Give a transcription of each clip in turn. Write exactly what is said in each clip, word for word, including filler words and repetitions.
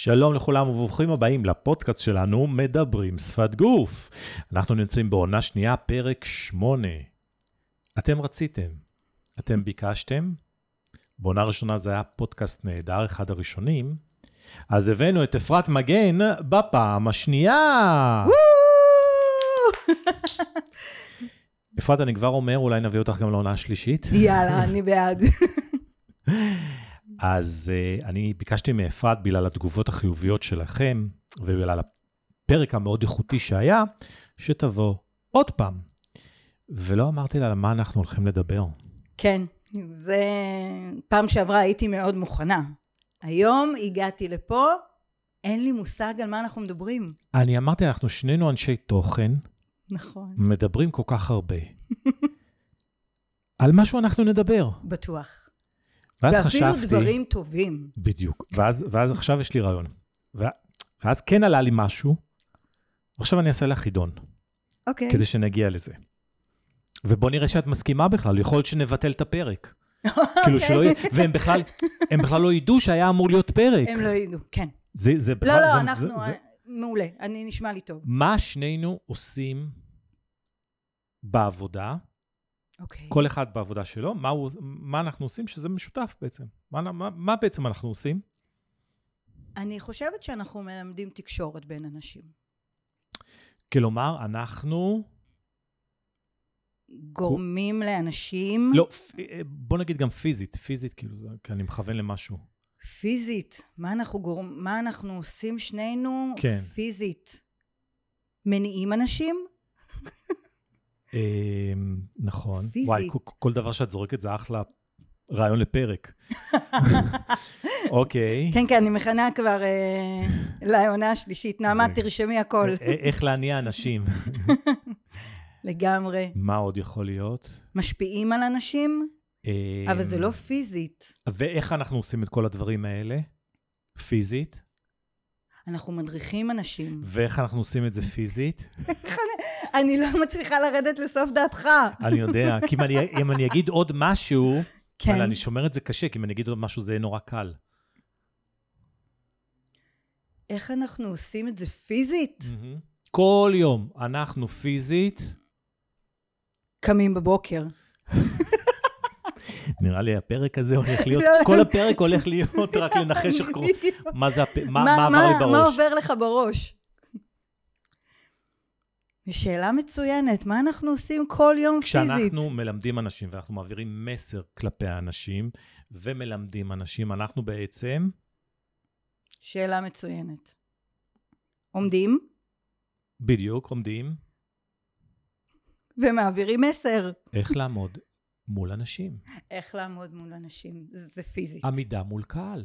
שלום לכולם וברוכים הבאים לפודקאסט שלנו, מדברים שפת גוף. אנחנו נמצאים בעונה שנייה, פרק שמונה. אתם רציתם, אתם ביקשתם. בעונה ראשונה זה היה פודקאסט נהדר, אחד הראשונים. אז הבאנו את אפרת מגן בפעם השנייה. אפרת, אני כבר אומר, אולי נביא אותך גם לעונה השלישית. יאללה, אני בעד. אז uh, אני ביקשתי מאפרת בגלל התגובות החיוביות שלכם, ובגלל הפרק המאוד איכותי שהיה, שתבוא עוד פעם. ולא אמרתי לה למה אנחנו הולכים לדבר. כן, זה פעם שעברה הייתי מאוד מוכנה. היום הגעתי לפה, אין לי מושג על מה אנחנו מדברים. אני אמרתי, אנחנו שנינו אנשי תוכן. נכון. מדברים כל כך הרבה. על משהו אנחנו נדבר. בטוח. ואז ואפילו חשבתי, דברים טובים. בדיוק. ואז, ואז עכשיו יש לי רעיון. ואז כן עלה לי משהו, ועכשיו אני אעשה לה חידון. אוקיי. כדי שנגיע לזה. ובוא נראה שאת מסכימה בכלל, יכול להיות שנבטל את הפרק. כאילו שלא יהיה, והם בכלל, הם בכלל לא ידעו שהיה אמור להיות פרק. הם לא ידעו, כן. זה, זה בכלל, לא, לא, זה, אנחנו, זה, זה... מעולה, אני נשמע לי טוב. מה שנינו עושים בעבודה, אוקיי. כל אחד בעבודה שלו, מה, הוא, מה אנחנו עושים שזה משותף בעצם? מה, מה, מה בעצם אנחנו עושים? אני חושבת שאנחנו מלמדים תקשורת בין אנשים. כלומר, אנחנו... גורמים לאנשים... לא, בוא נגיד גם פיזית, פיזית כאילו, כי אני מכוון למשהו. פיזית, מה אנחנו, גורם, מה אנחנו עושים שנינו? כן. פיזית. מניעים אנשים? נכון. פיזית. וואי, כל דבר שאת זורקת זה אחלה רעיון לפרק. אוקיי. כן, כן, אני מכנה כבר לעונה השלישית. נעמה, תרשמי הכל. איך להניע אנשים? לגמרי. מה עוד יכול להיות? משפיעים על אנשים, אבל זה לא פיזית. ואיך אנחנו עושים את כל הדברים האלה? פיזית? אנחנו מדריכים אנשים. ואיך אנחנו עושים את זה פיזית? אני לא מצליחה לרדת לסוף דעתך. אני יודע, כי אם אני אגיד עוד משהו, כן. אבל אני שומר את זה קשה, כי אם אני אגיד עוד משהו זה יהיה נורא קל. איך אנחנו עושים את זה פיזית? כל יום אנחנו פיזית. קמים בבוקר. נראה לי הפרק הזה הולך להיות, כל הפרק הולך להיות רק לנחש איך קוראים. מה זה, מה עבר לי בראש? מה עובר לך בראש? שאלה מצוינת, מה אנחנו עושים כל יום פיזית? כשאנחנו מלמדים אנשים, ואנחנו מעבירים מסר כלפי האנשים, ומלמדים אנשים, אנחנו בעצם... שאלה מצוינת. עומדים? בדיוק, עומדים. ומעבירים מסר. איך לעמוד מול אנשים? איך לעמוד מול אנשים? זה פיזית. עמידה מול קהל.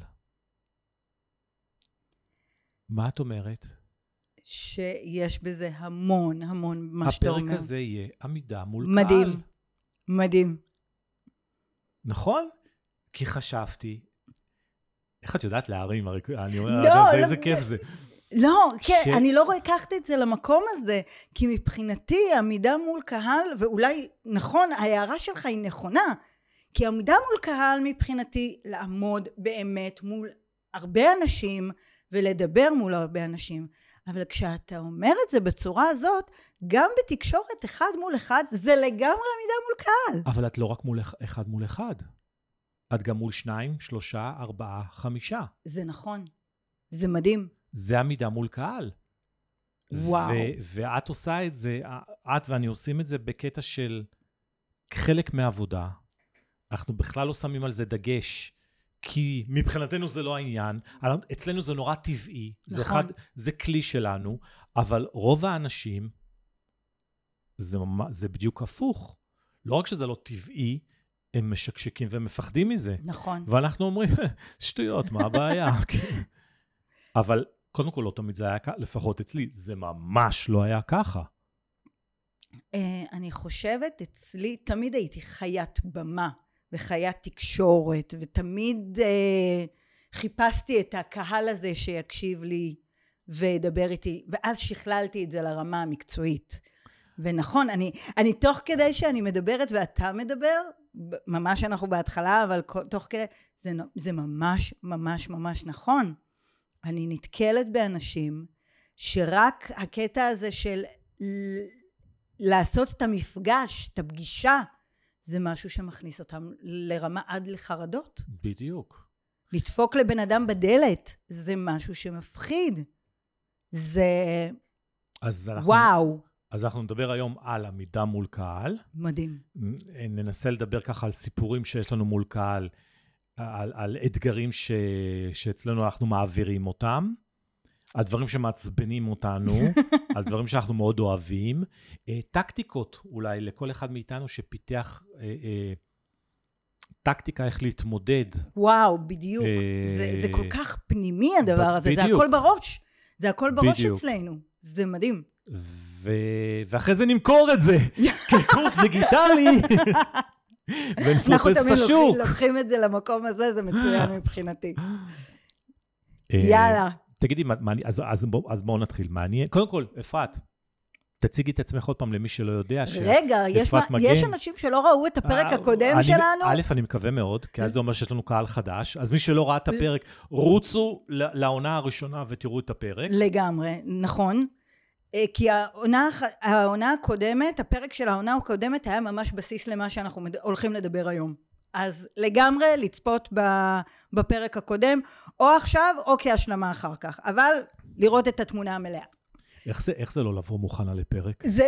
מה את אומרת? שיש בזה המון, המון מה שאתה אומר. הפרק הזה יהיה עמידה מול מדהים, קהל. מדהים. נכון? כי חשבתי, איך את יודעת להרים? אני אומר, לא, איזה כיף זה. לא, כן, אני לא לקחת את זה למקום הזה, כי מבחינתי עמידה מול קהל, ואולי, נכון, ההערה שלך היא נכונה, כי עמידה מול קהל מבחינתי לעמוד באמת מול הרבה אנשים, ולדבר מול הרבה אנשים. אבל כשאתה אומר את זה בצורה הזאת, גם בתקשורת אחד מול אחד, זה לגמרי עמידה מול קהל. אבל את לא רק מול אחד מול אחד. את גם מול שניים, שלושה, ארבעה, חמישה. זה נכון. זה מדהים. זה עמידה מול קהל. וואו. ו- ואת עושה את זה, את ואני עושים את זה בקטע של חלק מהעבודה. אנחנו בכלל לא שמים על זה דגש, כי מבחינתנו זה לא העניין. אצלנו זה נורא טבעי. נכון. זה, אחד, זה כלי שלנו, אבל רוב האנשים, זה, זה בדיוק הפוך. לא רק שזה לא טבעי, הם משקשקים ומפחדים מזה. נכון. ואנחנו אומרים, שטויות, מה הבעיה? אבל קודם כל לא תמיד זה היה ככה, לפחות אצלי, זה ממש לא היה ככה. אני חושבת, אצלי תמיד הייתי חיית במה, וחיית תקשורת, ותמיד חיפשתי את הקהל הזה שיקשיב לי וידבר איתי, ואז שכללתי את זה לרמה המקצועית. ונכון, אני, אני תוך כדי שאני מדברת ואתה מדבר, ממש אנחנו בהתחלה, אבל תוך כדי, זה, זה ממש ממש ממש נכון. אני נתקלת באנשים שרק הקטע הזה של לעשות את המפגש, את הפגישה, זה משהו שמכניס אותם לרמה עד לחרדות. בדיוק. לדפוק לבן אדם בדלת, זה משהו שמפחיד. זה... אז אנחנו, וואו. אז אנחנו נדבר היום על עמידה מול קהל. מדהים. ננסה לדבר ככה על סיפורים שיש לנו מול קהל, על, על אתגרים ש, שאצלנו אנחנו מעבירים אותם, על דברים שמעצבנים אותנו, על דברים שאנחנו מאוד אוהבים, טקטיקות אולי לכל אחד מאיתנו שפיתח טקטיקה איך להתמודד. וואו, בדיוק. זה, זה כל כך פנימי הדבר הזה, בדיוק. זה הכל בראש. זה הכל בראש בדיוק. אצלנו. זה מדהים. ו... ואחרי זה נמכור את זה כקורס דיגיטלי. ונפוצץ את השוק. אנחנו תמיד לוקחים את זה למקום הזה, זה מצוין מבחינתי. יאללה. תגידי, אז בואו נתחיל. מעניין. קודם כל, אפרת, תציגי את עצמך עוד פעם למי שלא יודע. רגע, יש אנשים שלא ראו את הפרק הקודם שלנו? א', אני מקווה מאוד, כי אז זה אומר שיש לנו קהל חדש. אז מי שלא ראה את הפרק, רוצו לעונה הראשונה ותראו את הפרק. לגמרי, נכון. כי העונה, העונה הקודמת, הפרק של העונה הקודמת היה ממש בסיס למה שאנחנו הולכים לדבר היום. אז לגמרי לצפות בפרק הקודם, או עכשיו או כהשלמה אחר כך, אבל לראות את התמונה המלאה. איך זה, איך זה לא לבוא מוכנה לפרק? זה,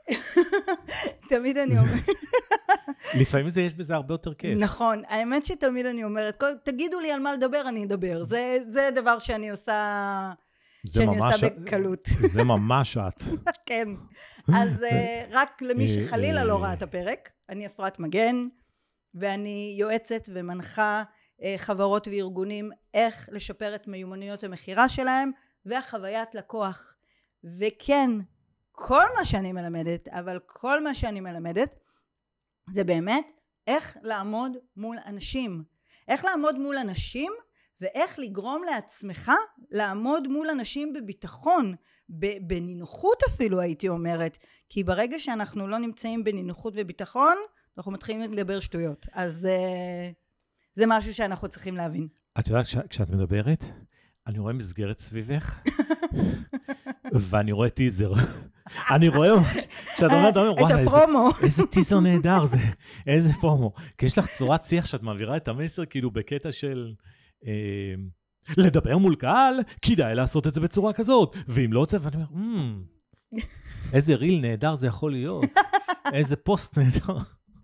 תמיד אני אומרת. לפעמים זה יש בזה הרבה יותר כיף. נכון, האמת שתמיד אני אומרת, תגידו לי על מה לדבר, אני אדבר. זה, זה דבר שאני עושה... שאני עושה בקלות. זה ממש את. כן. אז רק למי שחלילה לא ראה את הפרק, אני אפרת מגן, ואני יועצת ומנחה חברות וארגונים איך לשפר את מיומנויות המחירה שלהם, והחוויית לקוח. וכן, כל מה שאני מלמדת, אבל כל מה שאני מלמדת, זה באמת איך לעמוד מול אנשים. איך לעמוד מול אנשים, ואיך לגרום לעצמך לעמוד מול אנשים בביטחון, בנינוחות אפילו הייתי אומרת, כי ברגע שאנחנו לא נמצאים בנינוחות וביטחון, אנחנו מתחילים לדבר שטויות. אז זה משהו שאנחנו צריכים להבין. את יודעת, כשאת מדברת, אני רואה מסגרת סביבך, ואני רואה טיזר. אני רואה, כשאת אומרת, את הפרומו. איזה טיזר נהדר זה, איזה פרומו. כי יש לך צורת שיח שאת מעבירה את המסר, כאילו בקטע של... לדבר מול קהל, כדאי לעשות את זה בצורה כזאת, ואם לא רוצה, ואני אומר, איזה ריל נהדר זה יכול להיות, איזה פוסט נהדר.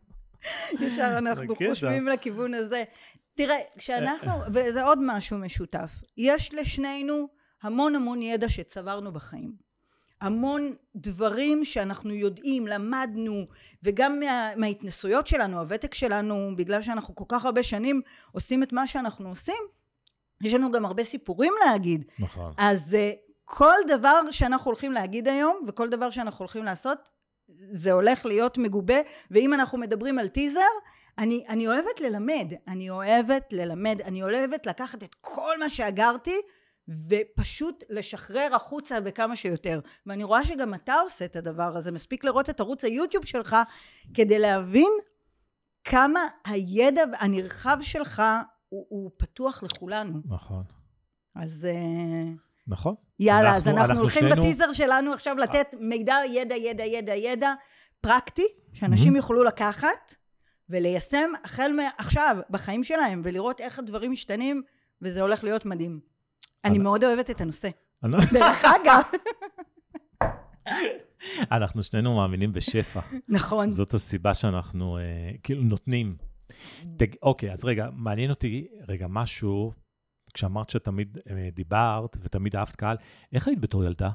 ישר אנחנו חושבים לכיוון הזה. תראה, כשאנחנו, וזה עוד משהו משותף, יש לשנינו המון המון ידע שצברנו בחיים. המון דברים שאנחנו יודעים, למדנו, וגם מה, מההתנסויות שלנו, הוותק שלנו, בגלל שאנחנו כל כך הרבה שנים עושים את מה שאנחנו עושים, יש לנו גם הרבה סיפורים להגיד. נכון. אז uh, כל דבר שאנחנו הולכים להגיד היום, וכל דבר שאנחנו הולכים לעשות, זה הולך להיות מגובה, ואם אנחנו מדברים על טיזר, אני, אני אוהבת ללמד, אני אוהבת ללמד, אני אוהבת לקחת את כל מה שאגרתי, ופשוט לשחרר החוצה בכמה שיותר. ואני רואה שגם אתה עושה את הדבר הזה, מספיק לראות את ערוץ היוטיוב שלך, כדי להבין כמה הידע הנרחב שלך הוא, הוא פתוח לכולנו. נכון. אז... נכון. יאללה, אנחנו, אז אנחנו, אנחנו הולכים שנינו... בטיזר שלנו עכשיו לתת מידע, ידע, ידע, ידע, ידע, פרקטי, שאנשים mm-hmm. יוכלו לקחת, וליישם החל מעכשיו בחיים שלהם, ולראות איך הדברים משתנים, וזה הולך להיות מדהים. אני מאוד אוהבת את הנושא. דרך אגב. אנחנו שנינו מאמינים בשפע. נכון. זאת הסיבה שאנחנו כאילו נותנים. אוקיי, אז רגע, מעניין אותי רגע משהו, כשאמרת שתמיד דיברת ותמיד אהבת קהל, איך היית בתור ילדה?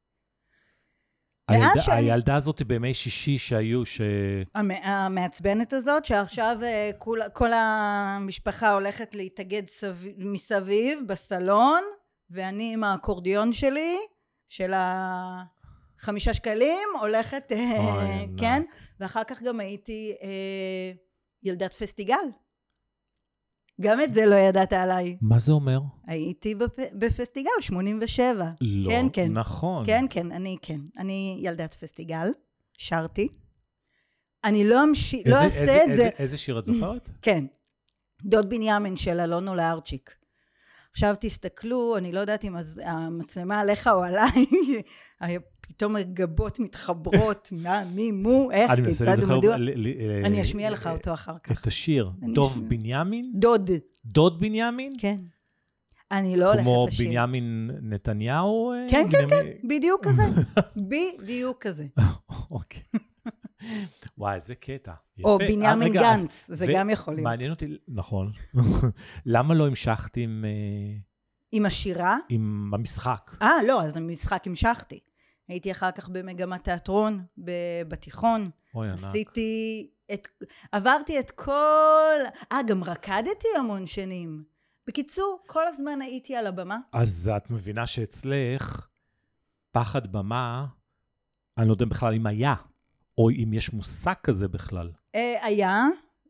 הילדה הזאת בימי שישי שהיו ש... המעצבנת הזאת, שעכשיו כל המשפחה הולכת להתאגד מסביב בסלון, ואני עם האקורדיון שלי, של החמישה שקלים, הולכת, כן, ואחר כך גם הייתי ילדת פסטיגל. גם את זה לא ידעת עליי. מה זה אומר? הייתי בפסטיגל שמונים ושבע. לא, כן, כן. נכון. כן, כן, אני כן. אני ילדת פסטיגל, שרתי. אני לא אמשיך, לא אעשה את זה. איזה שיר את זוכרת? כן. דוד בנימין של אלונו לארצ'יק. עכשיו תסתכלו, אני לא יודעת אם המצלמה עליך או עליי, פתאום גבות מתחברות, מה, מי, מו, איך, כיצד ומדוע. אני אשמיע לך אותו אחר כך. את השיר, דוב בנימין? דוד. דוד בנימין? כן. אני לא הולכת כמו לשיר. בנימין נתניהו? כן, כן, כן, בדיוק כזה. בדיוק כזה. אוקיי. וואי, איזה קטע. או בנימין גנץ, זה גם יכול להיות. מעניין אותי, נכון. למה לא המשכתי עם... עם השירה? עם המשחק. אה, לא, אז המשחק המשכתי. הייתי אחר כך במגמת תיאטרון, בתיכון. אוי, ענק. עשיתי את... עברתי את כל... אה, גם רקדתי המון שנים. בקיצור, כל הזמן הייתי על הבמה. אז את מבינה שאצלך פחד במה, אני לא יודע בכלל אם היה, או אם יש מושג כזה בכלל. היה,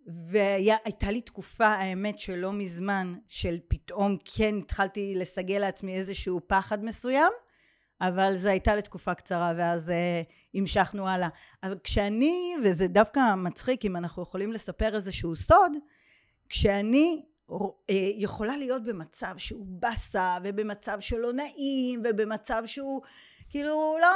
והייתה לי תקופה, האמת שלא מזמן, של פתאום כן התחלתי לסגל לעצמי איזשהו פחד מסוים, אבל זו הייתה לתקופה קצרה, ואז uh, המשכנו הלאה. אבל כשאני, וזה דווקא מצחיק, אם אנחנו יכולים לספר איזשהו סוד, כשאני יכולה להיות במצב שהוא בסה, ובמצב שלא נעים, ובמצב שהוא כאילו לא,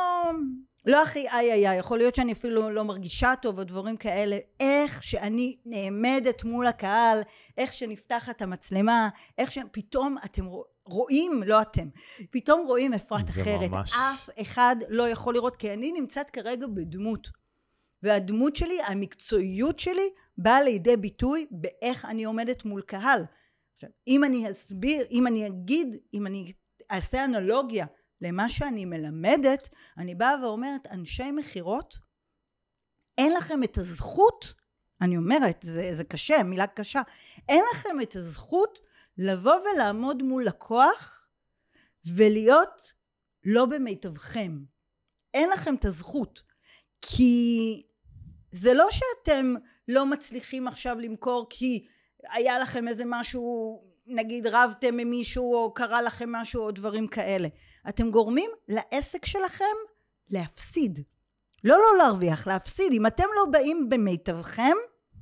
לא הכי איי איי איי, יכול להיות שאני אפילו לא מרגישה טוב, או דברים כאלה, איך שאני נעמדת מול הקהל, איך שנפתחת המצלמה, איך שפתאום אתם רואים, לא אתם, פתאום רואים אפרת אחרת, ממש... אף אחד לא יכול לראות, כי אני נמצאת כרגע בדמות, והדמות שלי, המקצועיות שלי, באה לידי ביטוי באיך אני עומדת מול קהל. עכשיו, אם אני אסביר, אם אני אגיד, אם אני אעשה אנלוגיה למה שאני מלמדת, אני באה ואומרת, אנשי מחירות, אין לכם את הזכות, אני אומרת, זה, זה קשה, מילה קשה, אין לכם את הזכות לבוא ולעמוד מול לקוח, ולהיות לא במיטבכם. אין לכם את הזכות. כי זה לא שאתם לא מצליחים עכשיו למכור כי היה לכם איזה משהו, נגיד רבתם ממישהו או קרה לכם משהו או דברים כאלה. אתם גורמים לעסק שלכם להפסיד. לא לא להרוויח, להפסיד. אם אתם לא באים במיטבכם,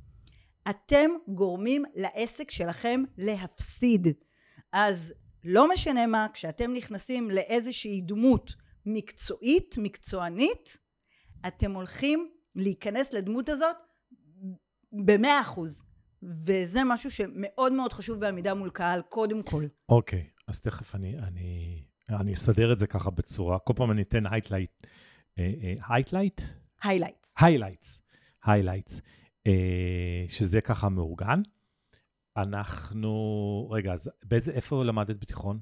אתם גורמים לעסק שלכם להפסיד. אז לא משנה מה, כשאתם נכנסים לאיזושהי דמות מקצועית, מקצוענית, אתם הולכים להיכנס לדמות הזאת במאה אחוז. וזה משהו שמאוד מאוד חשוב בעמידה מול קהל, קודם כל. אוקיי, אז תכף אני, אני, אני אסדר את זה ככה בצורה, כל פעם אני אתן היילייט, היילייט? היילייטס. היילייטס, היילייטס, שזה ככה מאורגן. אנחנו, רגע, אז באיזה, איפה למדת בתיכון?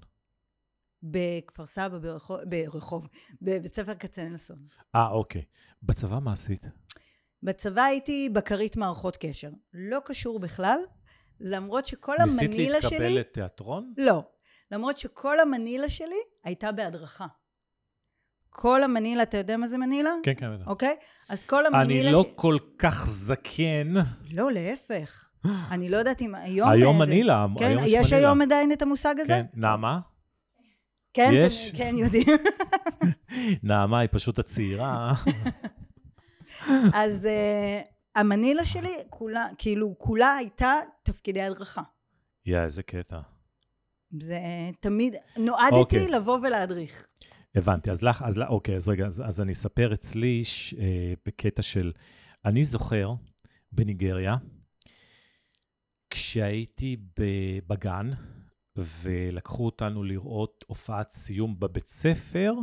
בכפר סבא, ברחוב, ברחוב, בבית ספר כצנלסון. אה, אוקיי. בצבא מה עשית? בצבא הייתי בקרית מערכות קשר. לא קשור בכלל, למרות שכל המנילה שלי... ניסית להתקבל לתיאטרון? לא. למרות שכל המנילה שלי הייתה בהדרכה. כל המנילה, אתה יודע מה זה מנילה? כן, כן, יודע. אוקיי? אז כל המנילה... אני לא ש... כל כך זקן. לא, להפך. אני לא יודעת אם היום... היום מנילה. כן, היום יש מנילה. היום עדיין את המושג הזה? כן, נעמה? כן, יש? כן, יודעים. נעמה היא פשוט הצעירה. אז uh, המנילה שלי, כולה, כאילו, כולה הייתה תפקידי הדרכה. יא, yeah, איזה קטע. זה תמיד, נועדתי okay. לבוא ולהדריך. הבנתי, אז לך, אז לא, אוקיי, אז רגע, אז, אז אני אספר אצלי ש, אה, בקטע של, אני זוכר בניגריה, כשהייתי בגן, ולקחו אותנו לראות הופעת סיום בבית ספר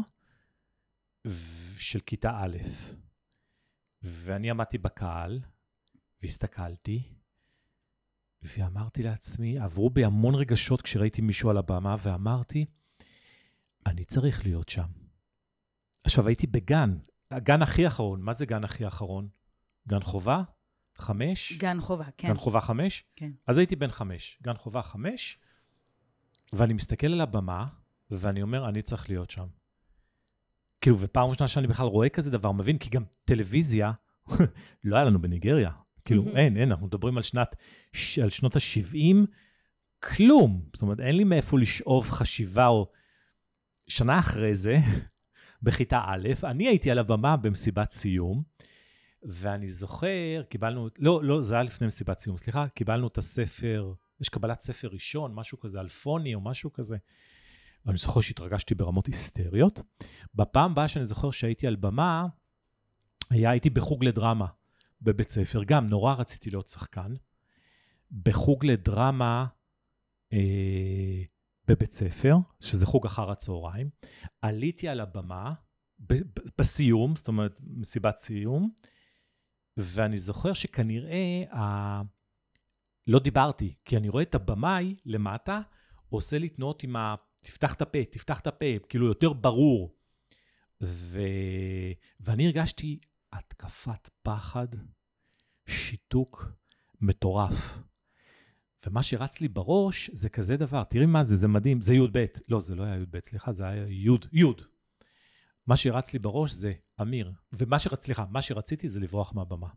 של כיתה א', ואני עמדתי בקהל, והסתכלתי, ואמרתי לעצמי, עברו בי המון רגשות כשראיתי מישהו על הבמה, ואמרתי, אני צריך להיות שם. עכשיו, הייתי בגן, הגן הכי אחרון. מה זה גן הכי אחרון? גן חובה? חמש? גן חובה, כן. גן חובה חמש? כן. אז הייתי בן חמש. גן חובה חמש, ואני מסתכל על הבמה, ואני אומר, אני צריך להיות שם. כאילו, ופעם ראשונה שאני בכלל רואה כזה דבר, מבין, כי גם טלוויזיה, לא היה לנו בניגריה. כאילו, אין, אין, אנחנו מדברים על שנת, על שנות ה-שבעים, כלום. זאת אומרת, אין לי מאיפה לשאוב חשיבה, או שנה אחרי זה, בכיתה א', אני הייתי על הבמה במסיבת סיום, ואני זוכר, קיבלנו, לא, לא, זה היה לפני מסיבת סיום, סליחה, קיבלנו את הספר יש קבלת ספר ראשון, משהו כזה, אלפוני או משהו כזה. אני זוכר שהתרגשתי ברמות היסטריות. בפעם הבאה שאני זוכר שהייתי על במה, היה, הייתי בחוג לדרמה בבית ספר, גם נורא רציתי להיות שחקן, בחוג לדרמה אה, בבית ספר, שזה חוג אחר הצהריים, עליתי על הבמה, ב- ב- בסיום, זאת אומרת, מסיבת סיום, ואני זוכר שכנראה, ה... לא דיברתי, כי אני רואה את הבמאי למטה, עושה לי תנועות עם ה... תפתח את הפה, תפתח את הפה, כאילו יותר ברור. ו... ואני הרגשתי התקפת פחד, שיתוק מטורף. ומה שרץ לי בראש זה כזה דבר, תראי מה זה, זה מדהים, זה י' ב', לא, זה לא היה י' ב', סליחה, זה היה י', י'. מה שרץ לי בראש זה אמיר, ומה שרצ... סליחה, מה שרציתי זה לברוח מהבמה.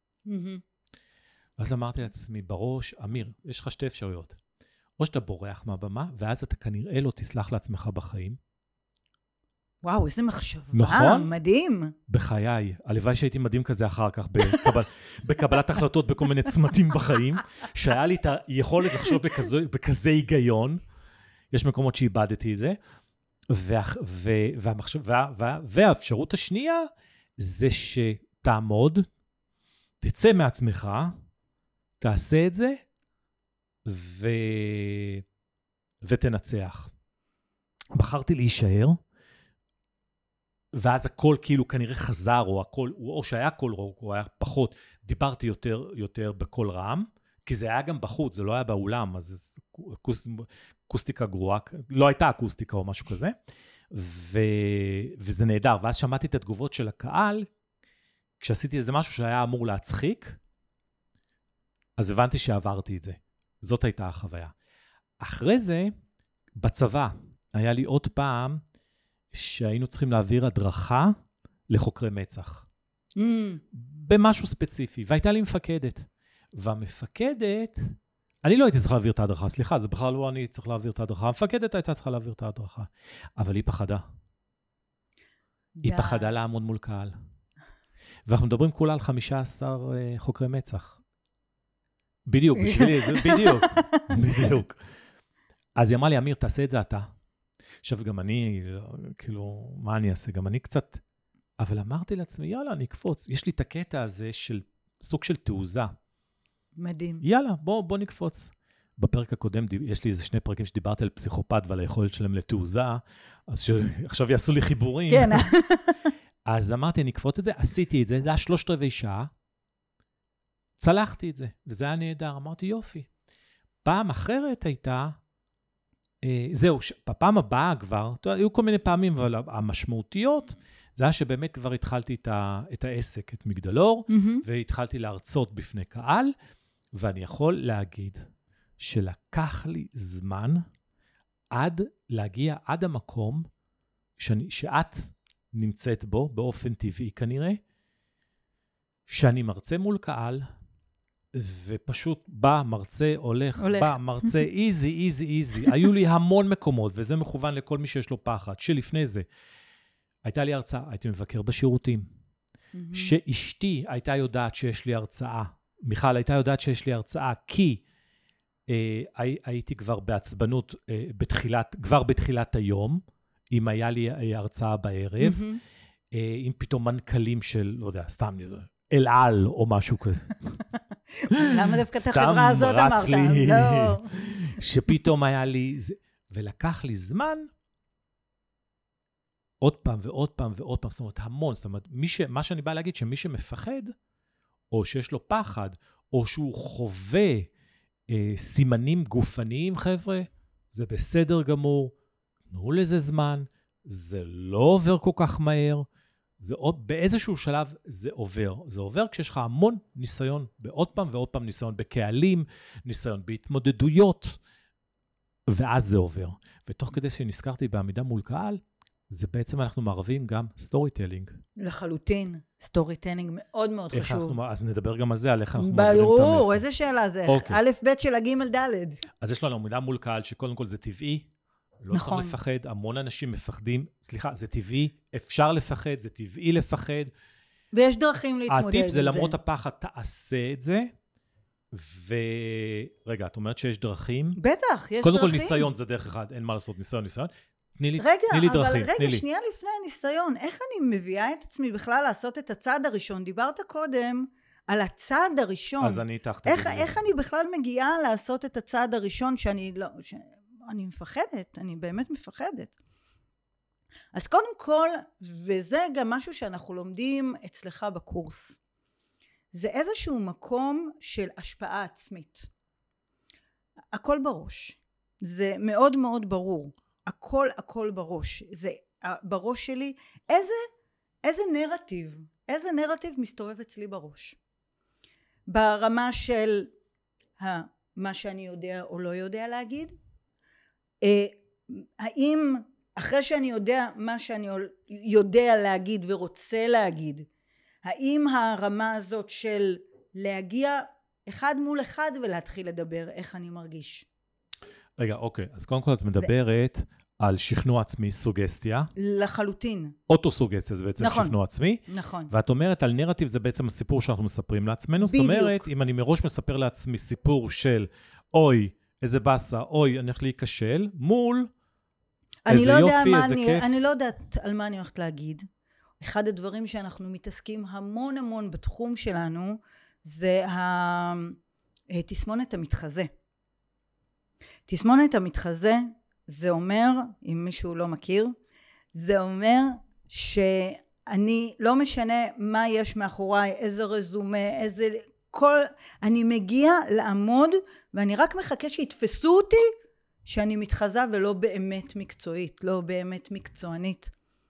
אז אמרתי לעצמי בראש, אמיר, יש לך שתי אפשרויות. או שאתה בורח מהבמה, ואז אתה כנראה לא תסלח לעצמך בחיים. וואו, איזה מחשבה, נכון? מדהים. בחיי, הלוואי שהייתי מדהים כזה אחר כך, בקבל, בקבלת החלטות בכל מיני צמתים בחיים, שהיה לי את היכולת לחשוב בכזה, בכזה היגיון, יש מקומות שאיבדתי את זה, וה, ו, והמחשב, וה, וה, והאפשרות השנייה, זה שתעמוד, תצא מעצמך, תעשה את זה, ו... ותנצח. בחרתי להישאר, ואז הכל כאילו כנראה חזר, או הכל, או שהיה קול רוק, או היה פחות, דיברתי יותר, יותר בקול רם, כי זה היה גם בחוץ, זה לא היה באולם, אז אקוס... אקוסטיקה גרועה, לא הייתה אקוסטיקה או משהו כזה, ו... וזה נהדר. ואז שמעתי את התגובות של הקהל, כשעשיתי איזה משהו שהיה אמור להצחיק, אז הבנתי שעברתי את זה. זאת הייתה החוויה. אחרי זה, בצבא, היה לי עוד פעם שהיינו צריכים להעביר הדרכה לחוקרי מצח. Mm. במשהו ספציפי, והייתה לי מפקדת. והמפקדת, אני לא הייתי צריך להעביר את ההדרכה, סליחה, זה בכלל לא אני צריך להעביר את ההדרכה. המפקדת הייתה צריכה להעביר את ההדרכה. אבל היא פחדה. היא פחדה לעמוד מול קהל. ואנחנו מדברים כולה על חמישה עשר חוקרי מצח. בדיוק, בשבילי, בדיוק, בדיוק. אז היא אמרה לי, אמיר, תעשה את זה אתה. עכשיו, גם אני, כאילו, מה אני אעשה? גם אני קצת, אבל אמרתי לעצמי, יאללה, אני אקפוץ. יש לי את הקטע הזה של סוג של תעוזה. מדהים. יאללה, בוא, בוא נקפוץ. בפרק הקודם, יש לי איזה שני פרקים שדיברתי על פסיכופת ועל היכולת שלהם לתעוזה, אז עכשיו יעשו לי חיבורים. כן. אז אמרתי, אני אקפוץ את זה, עשיתי את זה, זה היה שלושת רבעי שעה, צלחתי את זה, וזה היה נהדר. אמרתי, יופי. פעם אחרת הייתה, אה, זהו, ש... בפעם הבאה כבר, היו כל מיני פעמים, אבל המשמעותיות, זה היה שבאמת כבר התחלתי את, ה... את העסק, את מגדלור, mm-hmm. והתחלתי להרצות בפני קהל, ואני יכול להגיד שלקח לי זמן עד להגיע עד המקום שאני, שאת נמצאת בו, באופן טבעי כנראה, שאני מרצה מול קהל, ופשוט בא, מרצה, הולך, הולך. בא, מרצה, איזי, איזי, איזי. היו לי המון מקומות, וזה מכוון לכל מי שיש לו פחד, שלפני זה, הייתה לי הרצאה, הייתי מבקר בשירותים, mm-hmm. שאשתי הייתה יודעת שיש לי הרצאה, מיכל הייתה יודעת שיש לי הרצאה, כי אה, הי, הייתי כבר בעצבנות, אה, בתחילת, כבר בתחילת היום, אם היה לי אה, הרצאה בערב, mm-hmm. אה, אם פתאום מנכלים של, לא יודע, סתם, אל על או משהו כזה. למה דווקא את החברה הזאת אמרת? סתם רץ לי, לא. שפתאום היה לי, ולקח לי זמן, עוד פעם ועוד פעם ועוד פעם, זאת אומרת, המון, זאת אומרת, מי ש, מה שאני בא להגיד, שמי שמפחד, או שיש לו פחד, או שהוא חווה אה, סימנים גופניים, חבר'ה, זה בסדר גמור, תנו לזה זמן, זה לא עובר כל כך מהר, זה עוד, באיזשהו שלב זה עובר. זה עובר כשיש לך המון ניסיון, בעוד פעם ועוד פעם ניסיון בקהלים, ניסיון בהתמודדויות, ואז זה עובר. ותוך כדי שנזכרתי בעמידה מול קהל, זה בעצם אנחנו מערבים גם סטורי טלינג. לחלוטין. סטורי טלינג מאוד מאוד חשוב. אנחנו, אז נדבר גם על זה, על איך אנחנו מערבים את המסר. ברור, איזה שאלה זה? אוקיי. א' ב' של הג' ד'. אז יש לנו עמידה מול קהל, שקודם כל זה טבעי, לא נכון. צריך לפחד, המון אנשים מפחדים, סליחה, זה טבעי, אפשר לפחד, זה טבעי לפחד. ויש דרכים להתמודד עם זה. הטיפ זה למרות הפחד, תעשה את זה, ורגע, את אומרת שיש דרכים? בטח, יש קודם דרכים. קודם כל ניסיון זה דרך אחד, אין מה לעשות, ניסיון, ניסיון. תני לי, רגע, תני לי אבל דרכים, רגע, תני לי. שנייה לפני הניסיון, איך אני מביאה את עצמי בכלל לעשות את הצעד הראשון? דיברת קודם על הצעד הראשון. אז אני איתך. איך, איך אני בכלל מגיעה לעשות את הצעד הראשון שאני לא... ש... אני מפחדת, אני באמת מפחדת. אז קודם כל, וזה גם משהו שאנחנו לומדים אצלך בקורס, זה איזשהו מקום של השפעה עצמית. הכל בראש. זה מאוד מאוד ברור. הכל הכל בראש. זה בראש שלי. איזה, איזה נרטיב, איזה נרטיב מסתובב אצלי בראש. ברמה של מה שאני יודע או לא יודע להגיד. האם אחרי שאני יודע מה שאני יודע להגיד ורוצה להגיד, האם הרמה הזאת של להגיע אחד מול אחד ולהתחיל לדבר איך אני מרגיש? רגע, אוקיי. אז קודם כל את מדברת ו... על שכנוע עצמי, סוגסטיה. לחלוטין. אוטוסוגסטיה זה בעצם נכון. שכנוע עצמי. נכון. ואת אומרת על נרטיב זה בעצם הסיפור שאנחנו מספרים לעצמנו. בדיוק. זאת אומרת, אם אני מראש מספר לעצמי סיפור של אוי, איזה בסה, אוי, אני הולך להיכשל, מול איזה לא יופי, איזה אני, כיף. אני לא יודעת על מה אני הולכת להגיד. אחד הדברים שאנחנו מתעסקים המון המון בתחום שלנו, זה התסמונת המתחזה. תסמונת המתחזה, זה אומר, אם מישהו לא מכיר, זה אומר שאני לא משנה מה יש מאחוריי, איזה רזומה, איזה... כל... אני מגיע לעמוד, ואני רק מחכה שיתפסו אותי, שאני מתחזה ולא באמת מקצועית, לא באמת מקצוענית.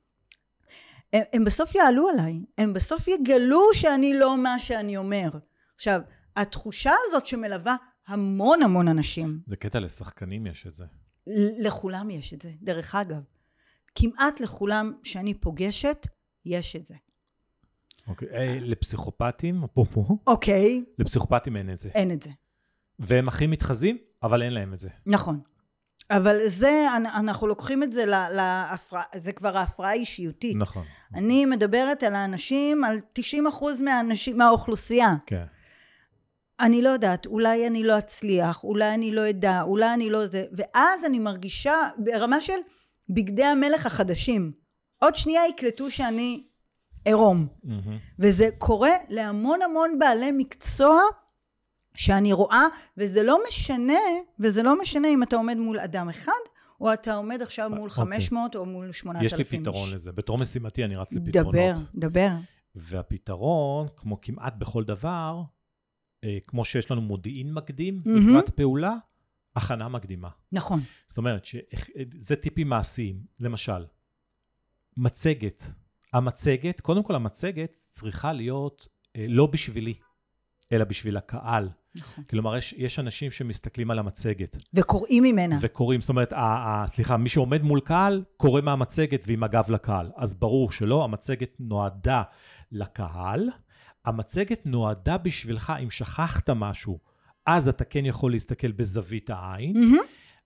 הם, הם בסוף יעלו עליי, הם בסוף יגלו שאני לא מה שאני אומר. עכשיו, התחושה הזאת שמלווה המון המון אנשים. זה קטע לשחקנים יש את זה. לכולם יש את זה, דרך אגב. כמעט לכולם שאני פוגשת, יש את זה. אוקיי, אה, לפסיכופטים, אפרופו. אוקיי. לפסיכופטים אין את זה. אין את זה. והם הכי מתחזים, אבל אין להם את זה. נכון. אבל זה, אנחנו לוקחים את זה להפרעה, זה כבר ההפרעה האישיותית. נכון. אני מדברת על האנשים, על תשעים אחוז מהאנשים, מהאוכלוסייה. כן. אני לא יודעת, אולי אני לא אצליח, אולי אני לא אדע, אולי אני לא זה, ואז אני מרגישה ברמה של בגדי המלך החדשים. עוד שנייה יקלטו שאני עירום. Mm-hmm. וזה קורה להמון המון בעלי מקצוע שאני רואה, וזה לא משנה, וזה לא משנה אם אתה עומד מול אדם אחד, או אתה עומד עכשיו מול חמש מאות או מול שמונת אלפים. יש לי פתרון לזה. בתור משימתי אני רץ לפתרונות. דבר, דבר. והפתרון, כמו כמעט בכל דבר, כמו שיש לנו מודיעין מקדים, לקראת פעולה, הכנה מקדימה. נכון. זאת אומרת, שזה טיפים מעשיים. למשל, מצגת. המצגת, קודם כל המצגת צריכה להיות לא בשבילי, אלא בשביל הקהל. נכון. כלומר, יש, יש אנשים שמסתכלים על המצגת. וקוראים ממנה. וקוראים, זאת אומרת, ה, ה, סליחה, מי שעומד מול קהל, קורא מהמצגת ועם הגב לקהל. אז ברור שלא, המצגת נועדה לקהל, המצגת נועדה בשבילך, אם שכחת משהו, אז אתה כן יכול להסתכל בזווית העין. Mm-hmm.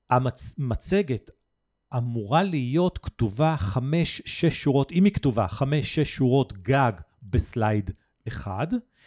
המצגת אמורה להיות כתובה חמש, שש שורות, אם היא כתובה, חמש, שש שורות גג בסלייד אחד,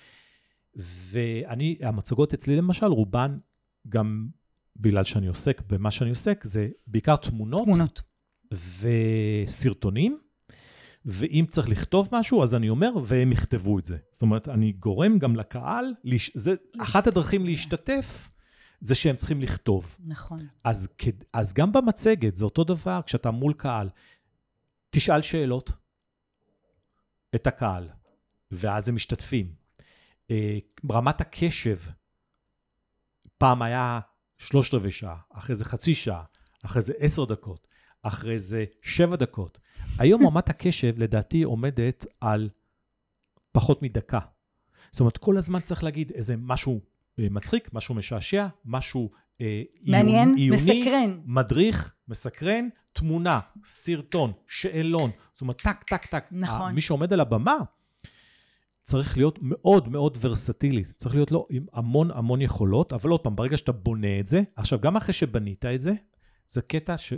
ואני, המצגות אצלי למשל, רובן גם בגלל שאני עוסק במה שאני עוסק, זה בעיקר תמונות, תמונות. וסרטונים, ואם צריך לכתוב משהו, אז אני אומר, והם יכתבו את זה. זאת אומרת, אני גורם גם לקהל, זה אחת הדרכים להשתתף, זה שהם צריכים לכתוב. נכון. אז, אז גם במצגת, זה אותו דבר, כשאתה מול קהל, תשאל שאלות את הקהל, ואז הם משתתפים. ברמת הקשב, פעם היה שלושת רבעי שעה, אחרי זה חצי שעה, אחרי זה עשר דקות, אחרי זה שבע דקות. היום רמת הקשב, לדעתי, עומדת על פחות מדקה. זאת אומרת, כל הזמן צריך להגיד איזה משהו מצחיק, משהו משעשע, משהו מעניין, עיוני, מסקרן. מדריך, מסקרן, תמונה, סרטון, שאלון. זאת אומרת, טק, טק, טק. נכון. מי שעומד על הבמה, צריך להיות מאוד מאוד ורסטילית. צריך להיות לו עם המון המון יכולות, אבל עוד פעם, ברגע שאתה בונה את זה, עכשיו, גם אחרי שבנית את זה, זה קטע ש...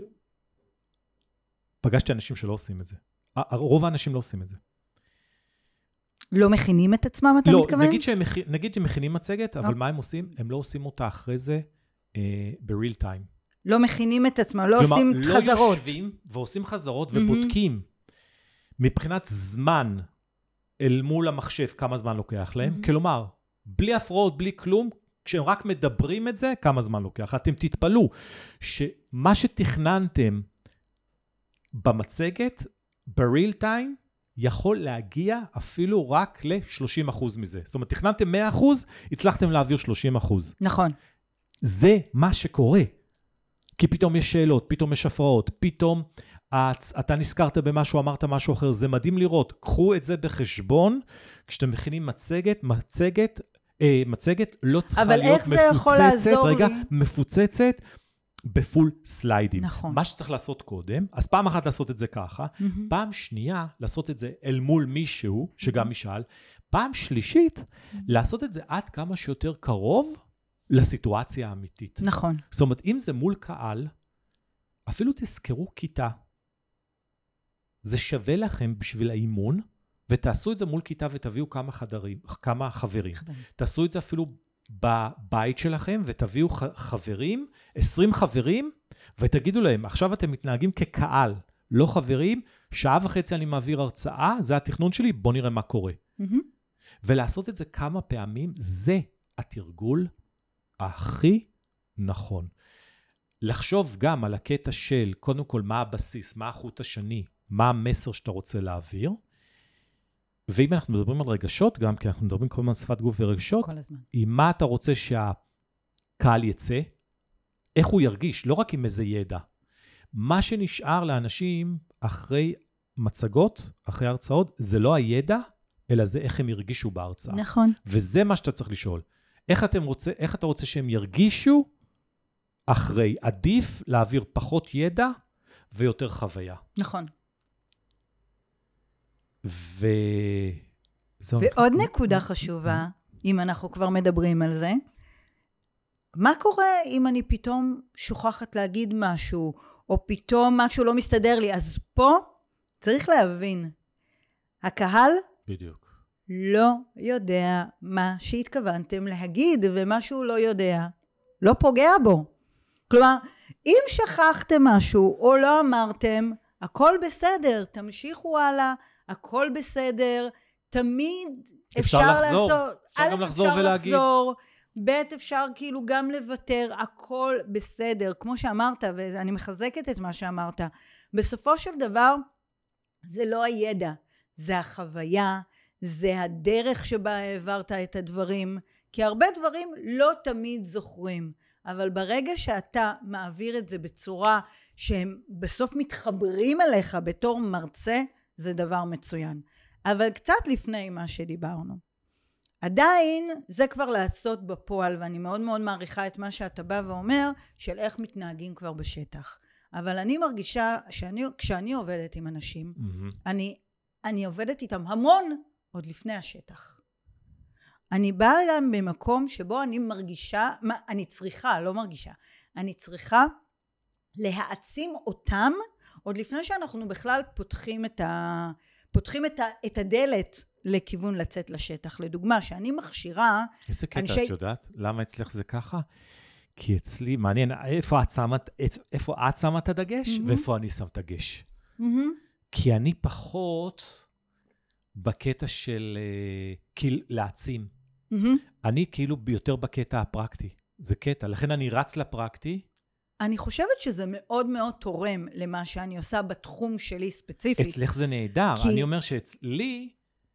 פגשתי אנשים שלא עושים את זה. רוב האנשים לא עושים את זה. לא מכינים את עצמם, אתה לא, מתכוון? נגיד שהם, נגיד שהם מכינים מצגת, אבל מה הם עושים? הם לא עושים אותה אחרי זה אה, ב-real time. לא מכינים את עצמם, לא כלומר, עושים לא חזרות. כלומר, לא יושבים ועושים חזרות ובודקים מבחינת זמן אל מול המחשב כמה זמן לוקח להם. כלומר, בלי הפרעות, בלי כלום, כשהם רק מדברים את זה, כמה זמן לוקח. אתם תתפלו שמה שתכננתם במצגת, ב-real time, יכול להגיע אפילו רק ל-שלושים אחוז מזה. זאת אומרת, תכננתם מאה אחוז, הצלחתם להעביר שלושים אחוז. נכון. זה מה שקורה. כי פתאום יש שאלות, פתאום יש הפרעות, פתאום אתה נזכרת במשהו, אמרת משהו אחר. זה מדהים לראות. קחו את זה בחשבון, כשאתם מכינים מצגת, מצגת, אה, מצגת לא צריכה להיות מפוצצת, רגע, לי? מפוצצת, בפול סליידים. נכון. מה שצריך לעשות קודם, אז פעם אחת לעשות את זה ככה, mm-hmm. פעם שנייה לעשות את זה אל מול מישהו, שגם ישאל, פעם שלישית, mm-hmm. לעשות את זה עד כמה שיותר קרוב לסיטואציה האמיתית. נכון. זאת אומרת, אם זה מול קהל, אפילו תזכרו כיתה. זה שווה לכם בשביל האימון, ותעשו את זה מול כיתה ותביאו כמה חדרים, כמה חברים. חברים. תעשו את זה אפילו בבית שלכם, ותביאו חברים, עשרים חברים, ותגידו להם, עכשיו אתם מתנהגים כקהל, לא חברים, שעה וחצי אני מעביר הרצאה, זה התכנון שלי, בוא נראה מה קורה. Mm-hmm. ולעשות את זה כמה פעמים, זה התרגול הכי נכון. לחשוב גם על הקטע של, קודם כל, מה הבסיס, מה החוט השני, מה המסר שאתה רוצה להעביר, ואם אנחנו מדברים על רגשות גם, כי אנחנו מדברים כל הזמן שפת גוף ורגשות, כל הזמן. עם מה אתה רוצה שהקהל יצא, איך הוא ירגיש, לא רק עם איזה ידע. מה שנשאר לאנשים אחרי מצגות, אחרי הרצאות, זה לא הידע, אלא זה איך הם ירגישו בהרצאה. נכון. וזה מה שאתה צריך לשאול. איך, אתם רוצה, איך אתה רוצה שהם ירגישו אחרי? עדיף להעביר פחות ידע ויותר חוויה. נכון. ו... ועוד נקודה חשובה, אם אנחנו כבר מדברים על זה, מה קורה אם אני פתאום שוכחת להגיד משהו, או פתאום משהו לא מסתדר לי? אז פה צריך להבין, הקהל בדיוק. לא יודע מה שהתכוונתם להגיד, ומה שהוא לא יודע, לא פוגע בו. כלומר, אם שכחתם משהו או לא אמרתם, הכל בסדר, תמשיכו הלאה, הכל בסדר, תמיד אפשר, אפשר לחזור, לעשות, אפשר גם לחזור אפשר ולהגיד. לחזור, ב' אפשר כאילו גם לוותר, הכל בסדר, כמו שאמרת, ואני מחזקת את מה שאמרת, בסופו של דבר, זה לא הידע, זה החוויה, זה הדרך שבה העברת את הדברים, כי הרבה דברים לא תמיד זוכרים, אבל ברגע שאתה מעביר את זה בצורה שהם בסוף מתחברים אליך בתור מרצה, זה דבר מצוין. אבל קצת לפני מה שדיברנו. עדיין זה כבר לעשות בפועל, ואני מאוד מאוד מעריכה את מה שאתה בא ואומר, של איך מתנהגים כבר בשטח. אבל אני מרגישה שאני, כשאני עובדת עם אנשים, mm-hmm. אני, אני עובדת איתם המון עוד לפני השטח. אני באה אליהם במקום שבו אני מרגישה, מה, אני צריכה, לא מרגישה, אני צריכה להעצים אותם, עוד לפני שאנחנו בכלל פותחים את, ה, פותחים את, ה, את הדלת לכיוון לצאת לשטח. לדוגמה, שאני מכשירה... איזה קטע, אנשי... את יודעת? למה אצלך זה ככה? כי אצלי, מעניין, איפה את שמת, איפה את שמת הדגש, mm-hmm. ואיפה אני שם דגש. Mm-hmm. כי אני פחות בקטע של כאילו להעצים. Mm-hmm. אני כאילו יותר בקטע הפרקטי. זה קטע, לכן אני רץ לפרקטי. אני חושבת שזה מאוד מאוד תורם למה שאני עושה בתחום שלי ספציפית. אצלך זה נהדר. כי... אני אומר שאצלי,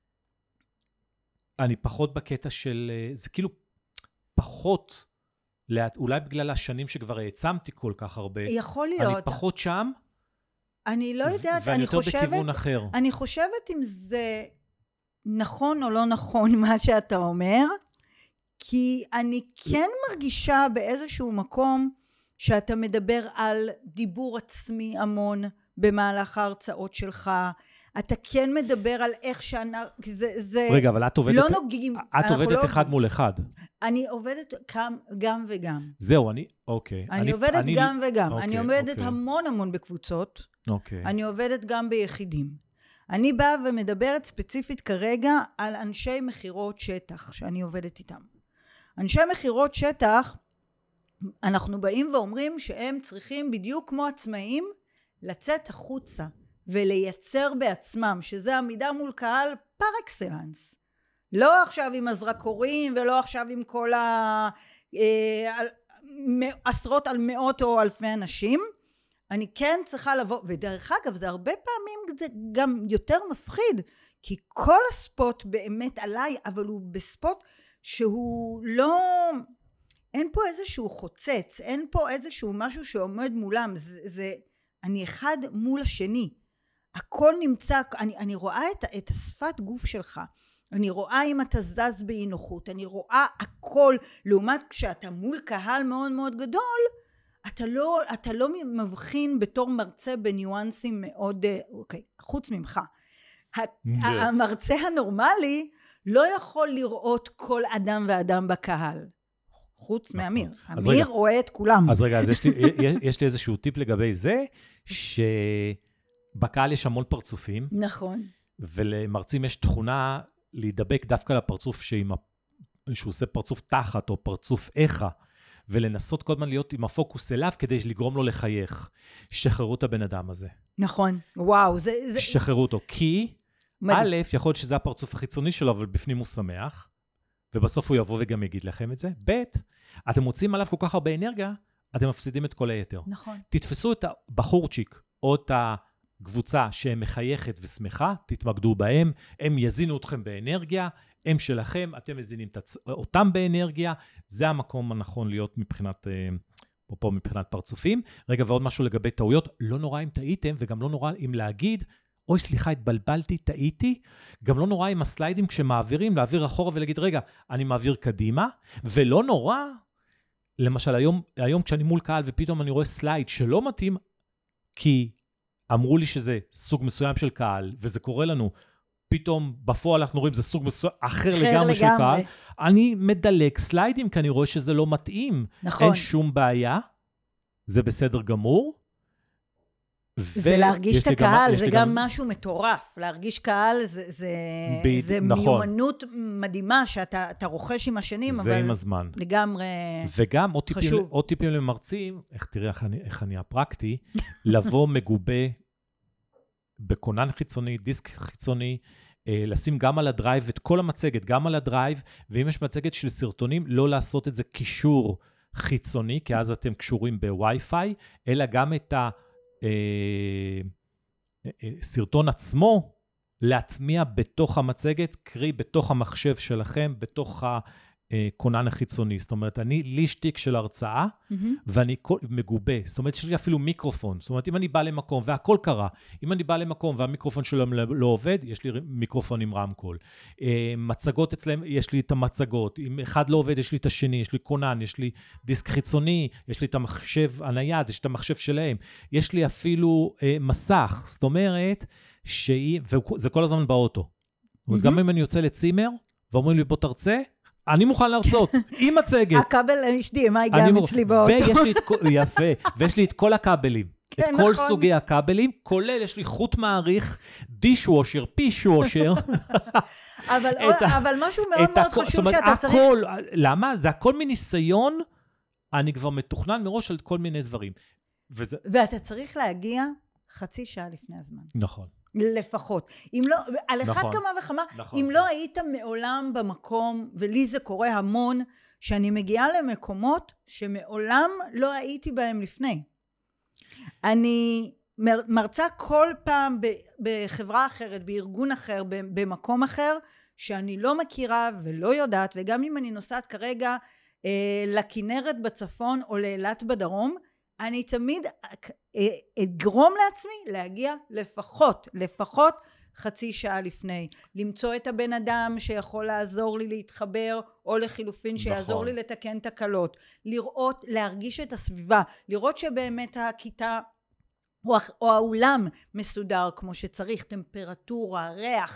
אני פחות בקטע של, זה כאילו פחות, אולי בגלל השנים שכבר העצמתי כל כך הרבה. יכול להיות. אני פחות שם. אני לא יודעת, ואני אני יותר חושבת, בכיוון אחר. אני חושבת אם זה נכון או לא נכון מה שאתה אומר, כי אני כן מרגישה באיזשהו מקום שאתה מדבר על דיבור עצמי המון במהלך ההרצאות שלך, אתה כן מדבר על איך שאנחנו, זה, זה רגע, אבל את עובדת, לא נוגעים, את עובדת לא אחד מול אחד. אני עובדת גם, גם וגם. זהו, אני, אוקיי. אני, אני עובדת אני, גם וגם. אוקיי, אני עובדת אוקיי. המון המון בקבוצות. אוקיי. אני עובדת גם ביחידים. אני באה ומדברת ספציפית כרגע על אנשי מחירות שטח שאני עובדת איתם. אנשי מחירות שטח, אנחנו באים ואומרים שהם צריכים בדיוק כמו עצמאים לצאת החוצה ולייצר בעצמם, שזה עמידה מול קהל פר אקסלנס. לא עכשיו עם הזרקורים ולא עכשיו עם כל ה... עשרות על מאות או אלפי אנשים. אני כן צריכה לבוא, ודרך אגב זה הרבה פעמים זה גם יותר מפחיד, כי כל הספוט באמת עליי, אבל הוא בספוט שהוא לא, אין פה איזשהו חוצץ, אין פה איזשהו משהו שעומד מולם, זה, זה אני אחד מול השני, הכל נמצא, אני, אני רואה את, את השפת גוף שלך, אני רואה אם אתה זז באי נוחות, אני רואה הכל, לעומת כשאתה מול קהל מאוד מאוד גדול, אתה לא, אתה לא מבחין בתור מרצה בניואנסים מאוד, אוקיי, חוץ ממך. המרצה הנורמלי לא יכול לראות כל אדם ואדם בקהל, חוץ מאמיר. אמיר רואה את כולם. אז רגע, אז יש לי, יש לי איזשהו טיפ לגבי זה, שבקהל יש המון פרצופים. נכון. ולמרצים יש תכונה להידבק דווקא לפרצוף שהוא עושה פרצוף תחת או פרצוף איכה. ולנסות כל הזמן להיות עם הפוקוס אליו, כדי לגרום לו לחייך. שחררו את הבן אדם הזה. נכון, וואו. זה, זה... שחררו אותו, כי מדהים. א', יכול להיות שזה הפרצוף החיצוני שלו, אבל בפנים הוא שמח, ובסוף הוא יבוא וגם יגיד לכם את זה. ב', אתם מוצאים עליו כל כך הרבה אנרגיה, אתם מפסידים את כל היתר. נכון. תתפסו את הבחורצ'יק, או את הקבוצה שמחייכת ושמחה, תתמקדו בהם, הם יזינו אתכם באנרגיה, הם שלכם, אתם מזינים אותם באנרגיה, זה המקום הנכון להיות מבחינת, פה, פה מבחינת פרצופים. רגע, ועוד משהו לגבי טעויות, לא נורא אם טעיתם, וגם לא נורא אם להגיד, אוי סליחה, התבלבלתי, טעיתי, גם לא נורא עם הסליידים כשמעבירים, להעביר אחורה ולהגיד, רגע, אני מעביר קדימה, ולא נורא, למשל היום, היום כשאני מול קהל ופתאום אני רואה סלייד שלא מתאים, כי אמרו לי שזה סוג מסוים של קהל, וזה קורה לנו, פתאום בפועל אנחנו רואים זה סוג מסוים, אחר, אחר לגמרי של קהל, אני מדלג סליידים, כי אני רואה שזה לא מתאים. נכון. אין שום בעיה, זה בסדר גמור. זה להרגיש את הקהל, זה גם, גם משהו מטורף. להרגיש קהל זה, זה, ב... זה נכון. מיומנות מדהימה שאתה רוכש עם השנים, זה אבל עם הזמן. לגמרי וגם עוד חשוב. טיפים, עוד טיפים למרצים, איך תראה איך אני, איך אני הפרקטי, לבוא מגובה בקונן חיצוני, דיסק חיצוני, לשים גם על הדרייב את כל המצגת, גם על הדרייב, ואם יש מצגת של סרטונים, לא לעשות את זה קישור חיצוני, כי אז אתם קשורים בווי-פיי, אלא גם את הסרטון עצמו, להטמיע בתוך המצגת, קרי בתוך המחשב שלכם, בתוך הקונן החיצוני. זאת אומרת, אני לישטיק של הרצאה, mm-hmm. ואני מגובה. זאת אומרת, יש לי אפילו מיקרופון. זאת אומרת, אם אני בא למקום, והכל קרה, אם אני בא למקום והמיקרופון שלו לא עובד, יש לי מיקרופון עם רמקול. מצגות אצלם, יש לי את המצגות. אם אחד לא עובד, יש לי את השני, יש לי קונן, יש לי דיסק חיצוני, יש לי את המחשב הנייד, יש את המחשב שלהם. יש לי אפילו אה, מסך. זאת אומרת, שהיא, וזה כל הזמן באוטו. זאת אומרת, mm-hmm. גם אם אני יוצא לצימר, ואומרים לי, בוא תרצה, אני מוכן להרצות, עם מצגת. הכבל H D M I גם אצלי באוטו. ויש לי את כל, יפה, ויש לי את כל הכבלים. את כל סוגי הכבלים, כולל יש לי חוט מעריך, דישוושר, פישוושר. אבל משהו מאוד מאוד חשוב שאתה צריך... למה? זה הכל מניסיון, אני כבר מתוכנן מראש על כל מיני דברים. ואתה צריך להגיע חצי שעה לפני הזמן. נכון. לפחות. אם לא, על אחד נכון, כמה וכמה, נכון, אם נכון. לא היית מעולם במקום, ולי זה קורה המון, שאני מגיעה למקומות שמעולם לא הייתי בהם לפני. אני מרצה כל פעם בחברה אחרת, בארגון אחר, במקום אחר, שאני לא מכירה ולא יודעת, וגם אם אני נוסעת כרגע אה, לכנרת בצפון או לאילת בדרום, אני תמיד אגרום לעצמי להגיע לפחות, לפחות חצי שעה לפני. למצוא את הבן אדם שיכול לעזור לי להתחבר, או לחילופין שיעזור נכון. לי לתקן תקלות. לראות, להרגיש את הסביבה. לראות שבאמת הכיתה או, או האולם מסודר כמו שצריך, טמפרטורה, ריח.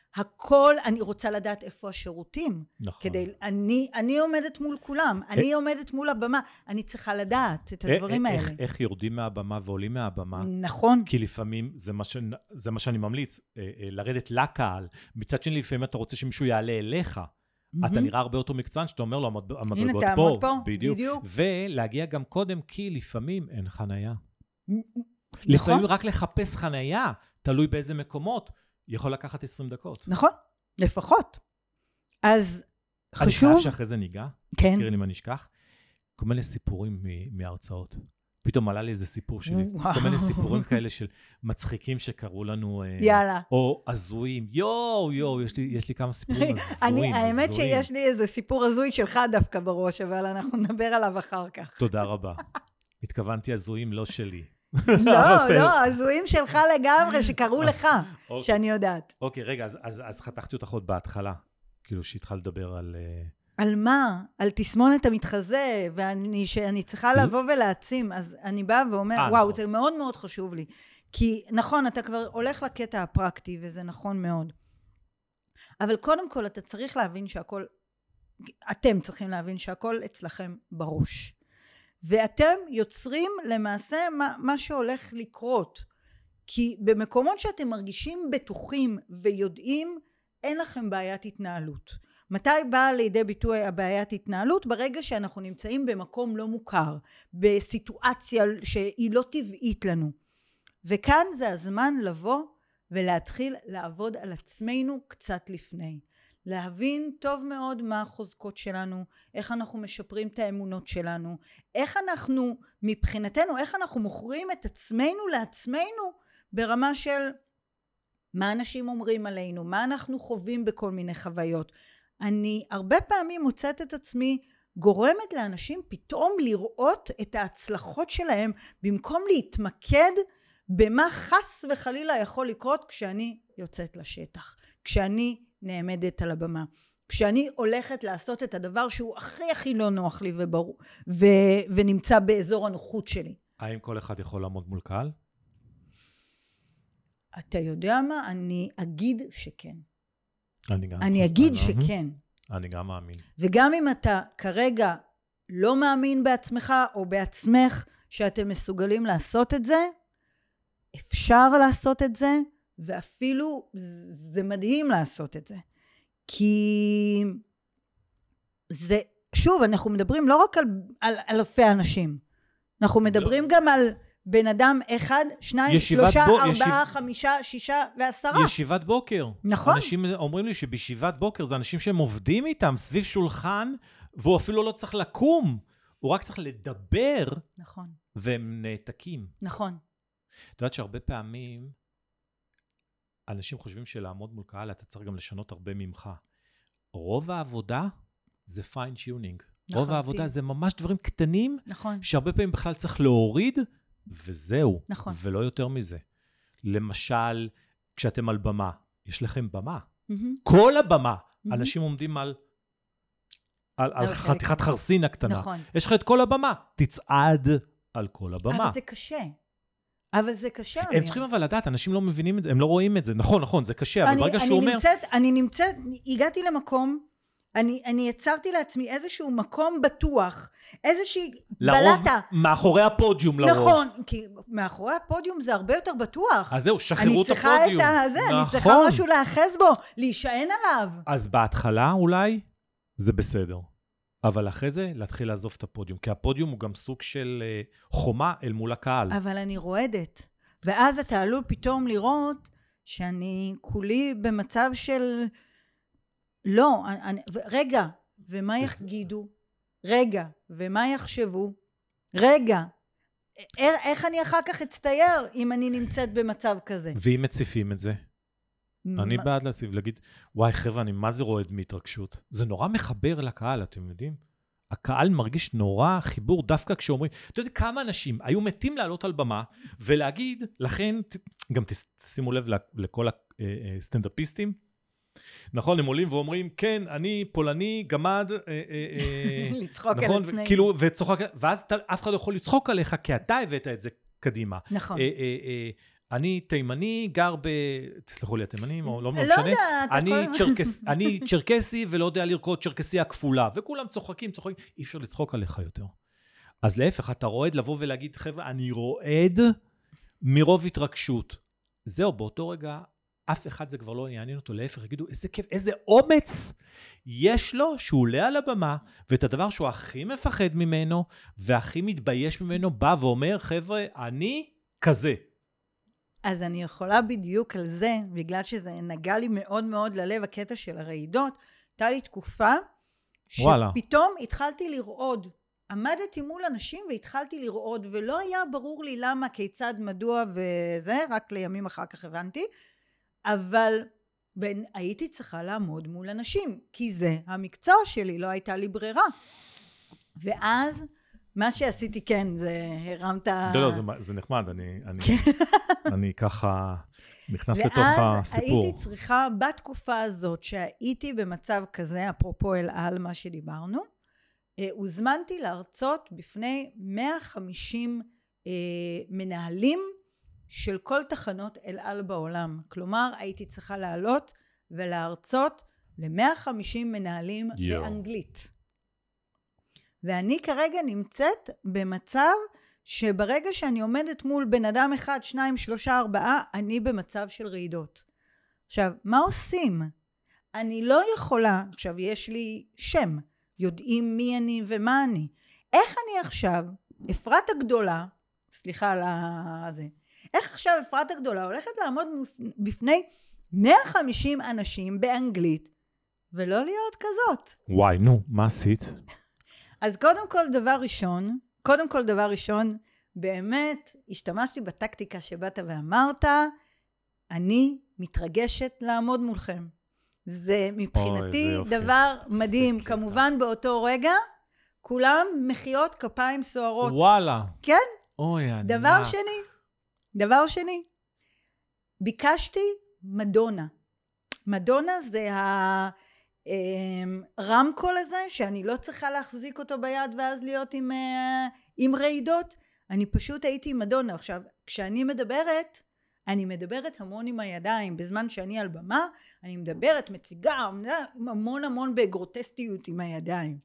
הכל, אני רוצה לדעת איפה השירותים. נכון. כדי, אני, אני עומדת מול כולם, אני עומדת מול הבמה, אני צריכה לדעת את הדברים האלה. איך, איך יורדים מהבמה ועולים מהבמה? נכון. כי לפעמים זה מה, ש... זה מה שאני ממליץ, לרדת לקהל. מצד שני, לפעמים אתה רוצה שמישהו יעלה אליך. אתה נראה הרבה יותר מקצוען, שאתה אומר לו, המדרגות פה. הנה, תעמוד פה, בדיוק. ולהגיע גם קודם, כי לפעמים אין חנייה. לפעמים רק לחפש חנייה, תלוי באיזה מקומות, יכול לקחת עשרים דקות. נכון, לפחות. אז חשוב... אני חייב שאחרי זה ניגע, כן. תזכירי לי מה נשכח, כל מיני סיפורים מההרצאות. פתאום עלה לי איזה סיפור שלי, כל מיני סיפורים כאלה של מצחיקים שקראו לנו, יאללה. או עזויים, יואו, יואו, יש לי, יש לי כמה סיפורים הזויים, האמת שיש לי איזה סיפור הזוי שלך דווקא בראש, אבל אנחנו נדבר עליו אחר כך. תודה רבה. התכוונתי הזויים, לא שלי. לא, לא, הזויים שלך לגמרי, שקראו לך, שאני יודעת. אוקיי, רגע, אז חתכתי אותך עוד בהתחלה, כאילו שהתחל לדבר על... על מה? על תסמונת המתחזה, ואני צריכה לבוא ולהעצים, אז אני באה ואומר, וואו, זה מאוד מאוד חשוב לי. כי נכון, אתה כבר הולך לקטע הפרקטי, וזה נכון מאוד. אבל קודם כל, אתה צריך להבין שהכל, אתם צריכים להבין שהכל אצלכם בראש. ואתם יוצרים למעשה מה, מה שהולך לקרות. כי במקומות שאתם מרגישים בטוחים ויודעים, אין לכם בעיית התנהלות. מתי באה לידי ביטוי הבעיית התנהלות? ברגע שאנחנו נמצאים במקום לא מוכר, בסיטואציה שהיא לא טבעית לנו. וכאן זה הזמן לבוא ולהתחיל לעבוד על עצמנו קצת לפני. להבין טוב מאוד מה החוזקות שלנו, איך אנחנו משפרים את האמונות שלנו, איך אנחנו מבחינתנו, איך אנחנו מוכרים את עצמנו לעצמנו ברמה של מה אנשים אומרים עלינו, מה אנחנו חווים בכל מיני חוויות. אני הרבה פעמים מוצאת את עצמי גורמת לאנשים פתאום לראות את ההצלחות שלהם במקום להתמקד במה חס וחלילה יכול לקרות כשאני יוצאת לשטח, כשאני נעמדת על הבמה, כשאני הולכת לעשות את הדבר שהוא הכי הכי לא נוח לי וברור, ו, ונמצא באזור הנוחות שלי. האם כל אחד יכול לעמוד מול קהל? אתה יודע מה? אני אגיד שכן. אני גם. אני אגיד שכן. אני גם מאמין. וגם אם אתה כרגע לא מאמין בעצמך או בעצמך שאתם מסוגלים לעשות את זה, אפשר לעשות את זה, ואפילו זה מדהים לעשות את זה. כי זה, שוב, אנחנו מדברים לא רק על, על אלפי אנשים, אנחנו מדברים לא. גם על בן אדם אחד, שניים, שלושה, בו, ארבעה, ישיב... חמישה, שישה ועשרה. ישיבת בוקר. נכון. אנשים אומרים לי שבישיבת בוקר זה אנשים שהם עובדים איתם סביב שולחן, והוא אפילו לא צריך לקום, הוא רק צריך לדבר. נכון. והם נעתקים. נכון. את יודעת שהרבה פעמים אנשים חושבים שלעמוד מול קהל אתה צריך גם לשנות הרבה ממך. רוב העבודה זה פיין-טיונינג. נכון, רוב העבודה תהיה. זה ממש דברים קטנים, נכון. שהרבה פעמים בכלל צריך להוריד, וזהו. נכון. ולא יותר מזה. למשל, כשאתם על במה, יש לכם במה. Mm-hmm. כל הבמה. Mm-hmm. אנשים עומדים על, על, על חתיכת חרסינה קטנה. נכון. יש לך את כל הבמה. תצעד על כל הבמה. אבל זה קשה. אבל זה קשה. הם צריכים אבל לדעת, אנשים לא מבינים את זה, הם לא רואים את זה. נכון, נכון, זה קשה, אבל ברגע שהוא אומר... נמצאת, אני נמצאת, הגעתי למקום, אני, אני יצרתי לעצמי איזשהו מקום בטוח, איזושהי בלטה. מאחורי הפודיום לרוב. נכון, כי מאחורי הפודיום זה הרבה יותר בטוח. אז זהו, שחררו את הפודיום. אני צריכה את זה, נכון. אני צריכה משהו לאחז בו, להישען עליו. אז בהתחלה אולי זה בסדר. אבל אחרי זה להתחיל לעזוב את הפודיום, כי הפודיום הוא גם סוג של חומה אל מול הקהל. אבל אני רועדת, ואז אתה עלול פתאום לראות שאני כולי במצב של... לא, אני, רגע, ומה יחגידו? רגע, ומה יחשבו? רגע, איך אני אחר כך אצטייר אם אני נמצאת במצב כזה? ואם מציפים את זה? אני בעד להציב, להגיד, וואי חבר'ה, אני מה זה רועד מהתרגשות? זה נורא מחבר לקהל, אתם יודעים? הקהל מרגיש נורא חיבור דווקא כשאומרים, אתה יודע כמה אנשים היו מתים לעלות על במה, ולהגיד, לכן, גם תשימו לב לכל הסטנדאפיסטים, נכון, הם עולים ואומרים, כן, אני פולני, גמד, לצחוק על עצמי. כאילו, וצוחק, ואז אף אחד לא יכול לצחוק עליך, כי אתה הבאת את זה קדימה. נכון. אני תימני, גר ב... תסלחו לי, התימנים, או לא לא משנה. יודעת, אני, הכל- צ'רקס, אני צ'רקסי ולא יודע לרקוד צ'רקסיה כפולה, וכולם צוחקים, צוחקים, אי אפשר לצחוק עליך יותר. אז להפך, אתה רועד לבוא ולהגיד, חבר'ה, אני רועד מרוב התרגשות. זהו, באותו רגע, אף אחד זה כבר לא יעניין אותו, להפך, יגידו, איזה כיף, איזה אומץ יש לו שהוא עולה על הבמה, ואת הדבר שהוא הכי מפחד ממנו, והכי מתבייש ממנו, בא ואומר, חבר'ה, אני כזה. אז אני יכולה בדיוק על זה, בגלל שזה נגע לי מאוד מאוד ללב, הקטע של הרעידות, הייתה לי תקופה, וואלה. שפתאום התחלתי לרעוד. עמדתי מול אנשים והתחלתי לרעוד, ולא היה ברור לי למה, כיצד, מדוע וזה, רק לימים אחר כך הבנתי, אבל בין, הייתי צריכה לעמוד מול אנשים, כי זה המקצוע שלי, לא הייתה לי ברירה. ואז מה שעשיתי, כן, זה הרמת... לא, לא, זה, זה נחמד, אני, אני, אני ככה נכנס לתוך ואז הסיפור. הייתי צריכה, בתקופה הזאת שהייתי במצב כזה, אפרופו אל על מה שדיברנו, אה, הוזמנתי להרצות בפני מאה וחמישים אה, מנהלים של כל תחנות אל על בעולם. כלומר, הייתי צריכה לעלות ולהרצות ל-מאה וחמישים מנהלים יו. באנגלית. ואני כרגע נמצאת במצב שברגע שאני עומדת מול בן אדם אחד, שניים, שלושה, ארבעה, אני במצב של רעידות. עכשיו, מה עושים? אני לא יכולה, עכשיו יש לי שם, יודעים מי אני ומה אני. איך אני עכשיו, אפרת הגדולה, סליחה על זה, איך עכשיו אפרת הגדולה הולכת לעמוד בפני מאה וחמישים אנשים באנגלית, ולא להיות כזאת? וואי, נו, מה עשית? אז קודם כל דבר ראשון, קודם כל דבר ראשון, באמת השתמשתי בטקטיקה שבאת ואמרת, אני מתרגשת לעמוד מולכם. זה מבחינתי אוי, זה דבר זה מדהים. קטע. כמובן באותו רגע, כולם מחיאות כפיים סוערות. וואלה. כן? אוי, ענק. דבר שני, דבר שני, ביקשתי מדונה. מדונה זה הרמקול הזה, שאני לא צריכה להחזיק אותו ביד ואז להיות עם, עם רעידות. אני פשוט הייתי עם מדונה. עכשיו, כשאני מדברת, אני מדברת המון עם הידיים. בזמן שאני על במה, אני מדברת, מציגה, המון המון בגרוטסטיות עם הידיים.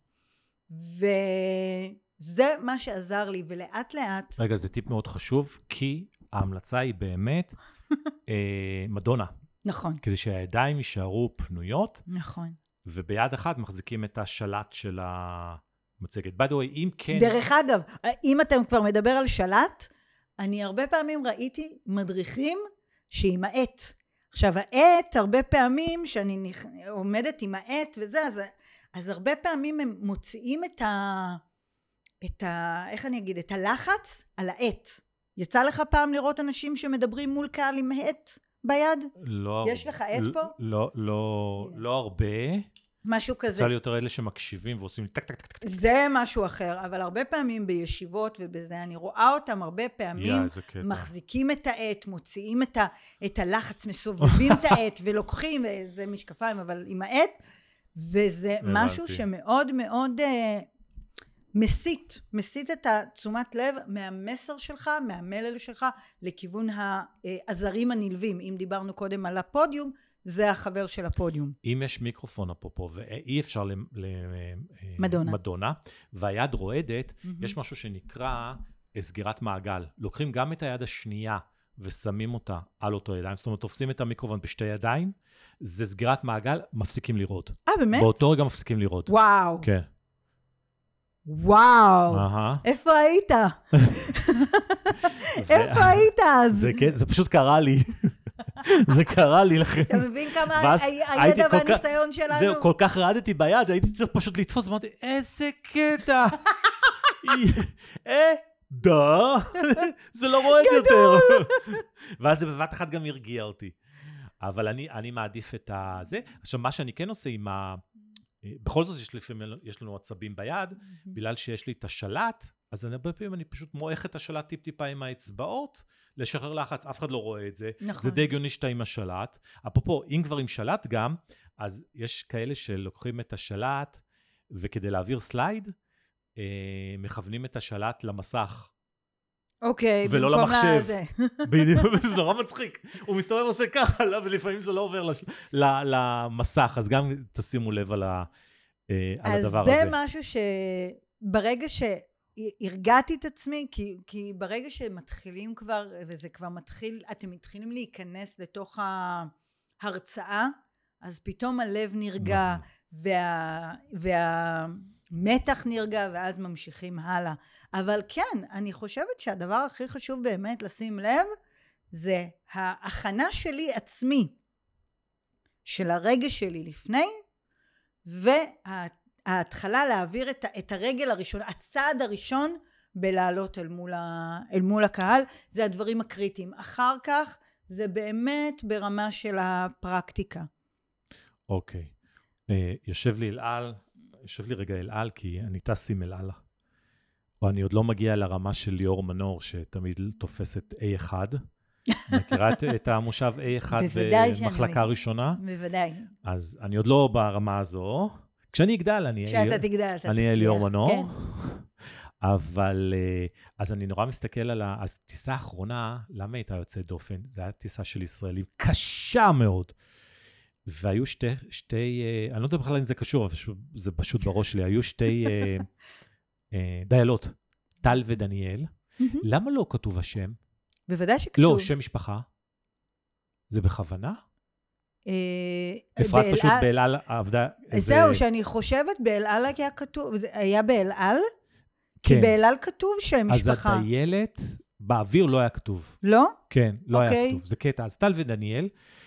וזה מה שעזר לי, ולאט לאט... רגע, זה טיפ מאוד חשוב, כי ההמלצה היא באמת אה, מדונה. נכון. כדי שהידיים יישארו פנויות, נכון. וביד אחת מחזיקים את השלט של המצגת. by the way, אם כן... דרך אגב, אם אתם כבר מדבר על שלט, אני הרבה פעמים ראיתי מדריכים שעם העט. עכשיו, העט, הרבה פעמים שאני נכ... עומדת עם העט וזה, אז, אז הרבה פעמים הם מוציאים את ה... את ה... איך אני אגיד? את הלחץ על העט. יצא לך פעם לראות אנשים שמדברים מול קהל עם העט ביד? לא... יש לך עט פה? לא, לא, לא הרבה. משהו כזה. יצא לי יותר אלה שמקשיבים ועושים לי טק טק טק טק. זה משהו אחר, אבל הרבה פעמים בישיבות ובזה, אני רואה אותם הרבה פעמים, yeah, מחזיקים את העט, מוציאים את, ה, את הלחץ, מסובבים את העט ולוקחים, זה משקפיים, אבל עם העט, וזה משהו שמאוד מאוד uh, מסית, מסית את התשומת לב מהמסר שלך, מהמלל שלך, לכיוון העזרים הנלווים. אם דיברנו קודם על הפודיום, זה החבר של הפודיום. אם יש מיקרופון אפרופו, ואי אפשר מדונה. למדונה, והיד רועדת, mm-hmm. יש משהו שנקרא סגירת מעגל. לוקחים גם את היד השנייה ושמים אותה על אותו ידיים, זאת אומרת, תופסים את המיקרופון בשתי ידיים, זה סגירת מעגל, מפסיקים לראות. אה, באמת? באותו רגע מפסיקים לראות. וואו. כן. וואו. אהה. איפה היית? איפה היית אז? זה כן, זה פשוט קרה לי. זה קרה לי לכם. אתה מבין כמה הידע והניסיון שלנו? זהו, כל כך רעדתי ביד, שהייתי צריך פשוט לתפוס, ואמרתי, איזה קטע. אה, דה, זה לא רועד יותר. ואז זה בבת אחת גם הרגיע אותי. אבל אני, אני מעדיף את זה. עכשיו, מה שאני כן עושה עם ה... בכל זאת יש, לפעמים, יש לנו עצבים ביד, בגלל שיש לי את השלט, אז אני, הרבה פעמים אני פשוט מועך את השלט טיפ-טיפה עם האצבעות, לשחרר לחץ, אף אחד לא רואה את זה. נכון. זה די הגיוני שאתה עם השלט. אפרופו, אם כבר עם שלט גם, אז יש כאלה שלוקחים את השלט, וכדי להעביר סלייד, אה, מכוונים את השלט למסך. אוקיי, ולא במקום למחשב. לזה. בדיוק, זה נורא מצחיק. הוא מסתובב ועושה ככה, ולפעמים זה לא עובר לש- ל- למסך, אז גם תשימו לב על ה- אה, על הדבר אז הזה. זה משהו שברגע שהרגעתי את עצמי, כי, כי ברגע שמתחילים כבר, וזה כבר מתחיל, אתם מתחילים להיכנס לתוך ההרצאה, אז פתאום הלב נרגע, וה, והמתח נרגע, ואז ממשיכים הלאה. אבל כן, אני חושבת שהדבר הכי חשוב באמת לשים לב, זה ההכנה שלי עצמי, של הרגש שלי לפני, וההתחלה להעביר את, את הרגל הראשון, הצעד הראשון בלעלות אל מול, ה, אל מול הקהל, זה הדברים הקריטיים. אחר כך זה באמת ברמה של הפרקטיקה. אוקיי. Uh, יושב לי אלעל, יושב לי רגע אלעל, כי אני טס עם אלעלה. או אני עוד לא מגיע לרמה של ליאור מנור, שתמיד תופסת איי אחד. מכירה את, את המושב איי אחד במחלקה ראשונה? בוודאי. אז אני עוד לא ברמה הזו. כשאני אגדל, אני כשאתה תגדל, אתה אהיה ליאור מנור. כן. אבל, אז אני נורא מסתכל על ה... אז טיסה האחרונה, למה הייתה יוצאת דופן? זו הייתה טיסה של ישראלים קשה מאוד. והיו שתי, שתי, אני לא יודע בכלל אם זה קשור, אבל זה פשוט בראש שלי, היו שתי דיילות, טל ודניאל. למה לא כתוב השם? בוודאי שכתוב. לא, שם משפחה. זה בכוונה? אפרת פשוט באלעל עבדה... זהו, שאני חושבת באלעל היה כתוב, היה באלעל? כי באלעל כתוב שם משפחה. אז הדיילת, באוויר לא היה כתוב. לא? כן, לא היה כתוב. זה קטע. אז טל ודניאל,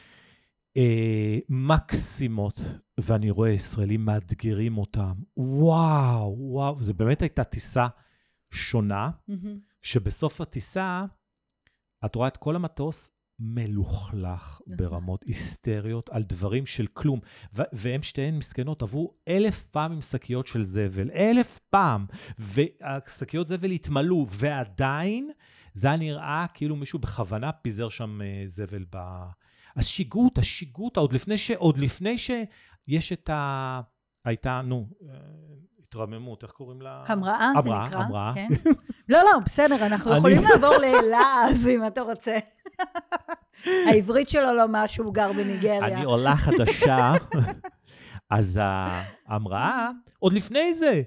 מקסימות, ואני רואה ישראלים מאתגרים אותם. וואו, וואו. זה באמת הייתה טיסה שונה, שבסוף הטיסה, את רואה את כל המטוס מלוכלך ברמות היסטריות, על דברים של כלום. והם שתיהן מסכנות, עברו אלף פעם עם שקיות של זבל, אלף פעם, והשקיות זבל התמלאו, ועדיין זה היה נראה כאילו מישהו בכוונה פיזר שם זבל ב... אז שיגות, השיגות, עוד לפני ש... עוד לפני שיש את ה... הייתה, נו... התרממות, איך קוראים לה? המראה, זה נקרא. המראה. כן. לא, לא, בסדר, אנחנו יכולים לעבור לאלעז, אם אתה רוצה. העברית שלו לא משהו, הוא גר בניגריה. אני עולה חדשה, אז ההמראה, עוד לפני זה,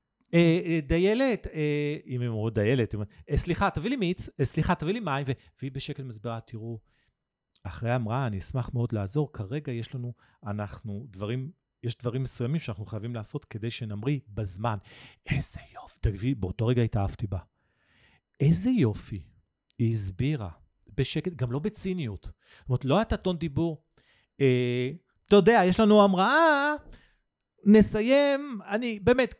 דיילת, אם הם אומרות דיילת, סליחה, תביא לי מיץ, סליחה, תביא לי מים, והיא בשקל מסבירה, תראו, אחרי ההמראה, אני אשמח מאוד לעזור, כרגע יש לנו, אנחנו דברים, יש דברים מסוימים שאנחנו חייבים לעשות כדי שנמריא בזמן. איזה יופי, תגידי, באותו רגע התאהבתי בה. איזה יופי, היא הסבירה, בשקט, גם לא בציניות. זאת אומרת, לא היה טון דיבור. אה, אתה יודע, יש לנו המראה, נסיים, אני, באמת,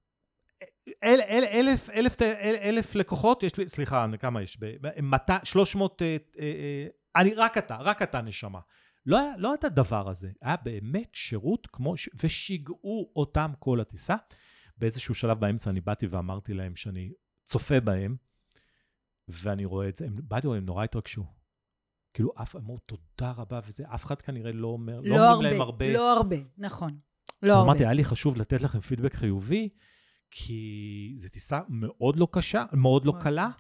אל, אל, אלף, אלף, אל, אלף לקוחות, יש לי, סליחה, כמה יש? שלוש מאות, אה, אה, אני, רק אתה, רק אתה נשמה. לא היה, לא היה את הדבר הזה, היה באמת שירות כמו, ושיגעו אותם כל הטיסה. באיזשהו שלב באמצע אני באתי ואמרתי להם שאני צופה בהם, ואני רואה את זה, הם, באתי והם נורא התרגשו. כאילו, אף אמרו, תודה רבה, וזה, אף אחד כנראה לא אומר, לא, לא אומרים להם הרבה. לא הרבה, נכון. לא הרבה. אמרתי, היה לי חשוב לתת לכם פידבק חיובי, כי זו טיסה מאוד לא קשה, מאוד לא קלה.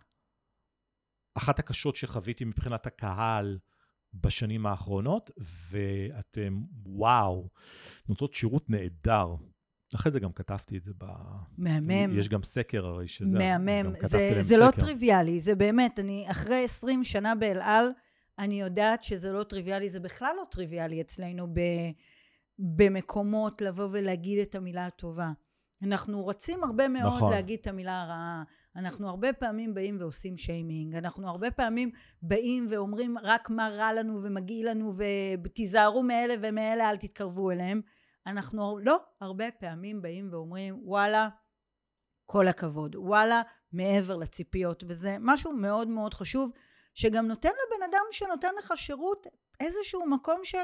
אחת הקשות שחוויתי מבחינת הקהל, בשנים האחרונות, ואתם, וואו, נותנות שירות נהדר. אחרי זה גם כתבתי את זה ב... מהמם. יש גם סקר הרי שזה... מהמם. זה, זה לא טריוויאלי, זה באמת, אני אחרי עשרים שנה באלעל, אני יודעת שזה לא טריוויאלי, זה בכלל לא טריוויאלי אצלנו ב, במקומות לבוא ולהגיד את המילה הטובה. אנחנו רוצים הרבה מאוד נכון. להגיד את המילה הרעה, אנחנו הרבה פעמים באים ועושים שיימינג, אנחנו הרבה פעמים באים ואומרים רק מה רע לנו ומגיע לנו ותיזהרו מאלה ומאלה, אל תתקרבו אליהם. אנחנו לא הרבה פעמים באים ואומרים וואלה, כל הכבוד, וואלה, מעבר לציפיות, וזה משהו מאוד מאוד חשוב, שגם נותן לבן אדם שנותן לך שירות איזשהו מקום של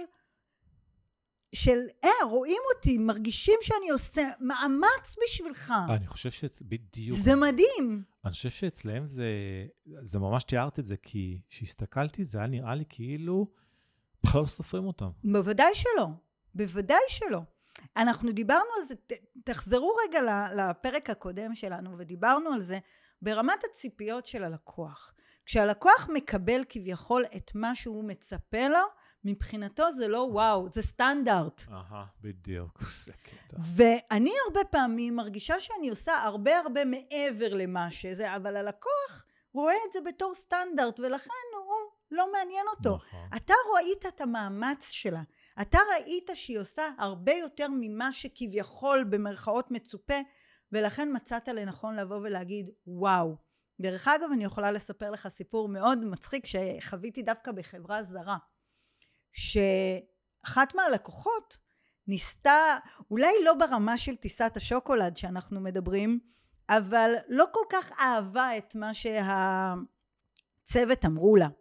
של, אה, רואים אותי, מרגישים שאני עושה מאמץ בשבילך. אני חושב שבדיוק... זה מדהים. אני חושב שאצלהם זה, זה ממש תיארת את זה, כי שהסתכלתי, זה היה נראה לי כאילו, בכלל לא סופרים אותם. בוודאי שלא, בוודאי שלא. אנחנו דיברנו על זה, ת, תחזרו רגע לפרק הקודם שלנו, ודיברנו על זה, ברמת הציפיות של הלקוח. כשהלקוח מקבל כביכול את מה שהוא מצפה לו, מבחינתו זה לא וואו, זה סטנדרט. אהה, בדיוק. ואני הרבה פעמים מרגישה שאני עושה הרבה הרבה מעבר למה שזה, אבל הלקוח רואה את זה בתור סטנדרט, ולכן הוא לא מעניין אותו. נכון. אתה ראית את המאמץ שלה, אתה ראית שהיא עושה הרבה יותר ממה שכביכול במרכאות מצופה, ולכן מצאת לנכון לבוא ולהגיד וואו. דרך אגב, אני יכולה לספר לך סיפור מאוד מצחיק שחוויתי דווקא בחברה זרה, שאחת מהלקוחות ניסתה, אולי לא ברמה של טיסת השוקולד שאנחנו מדברים, אבל לא כל כך אהבה את מה שהצוות אמרו לה.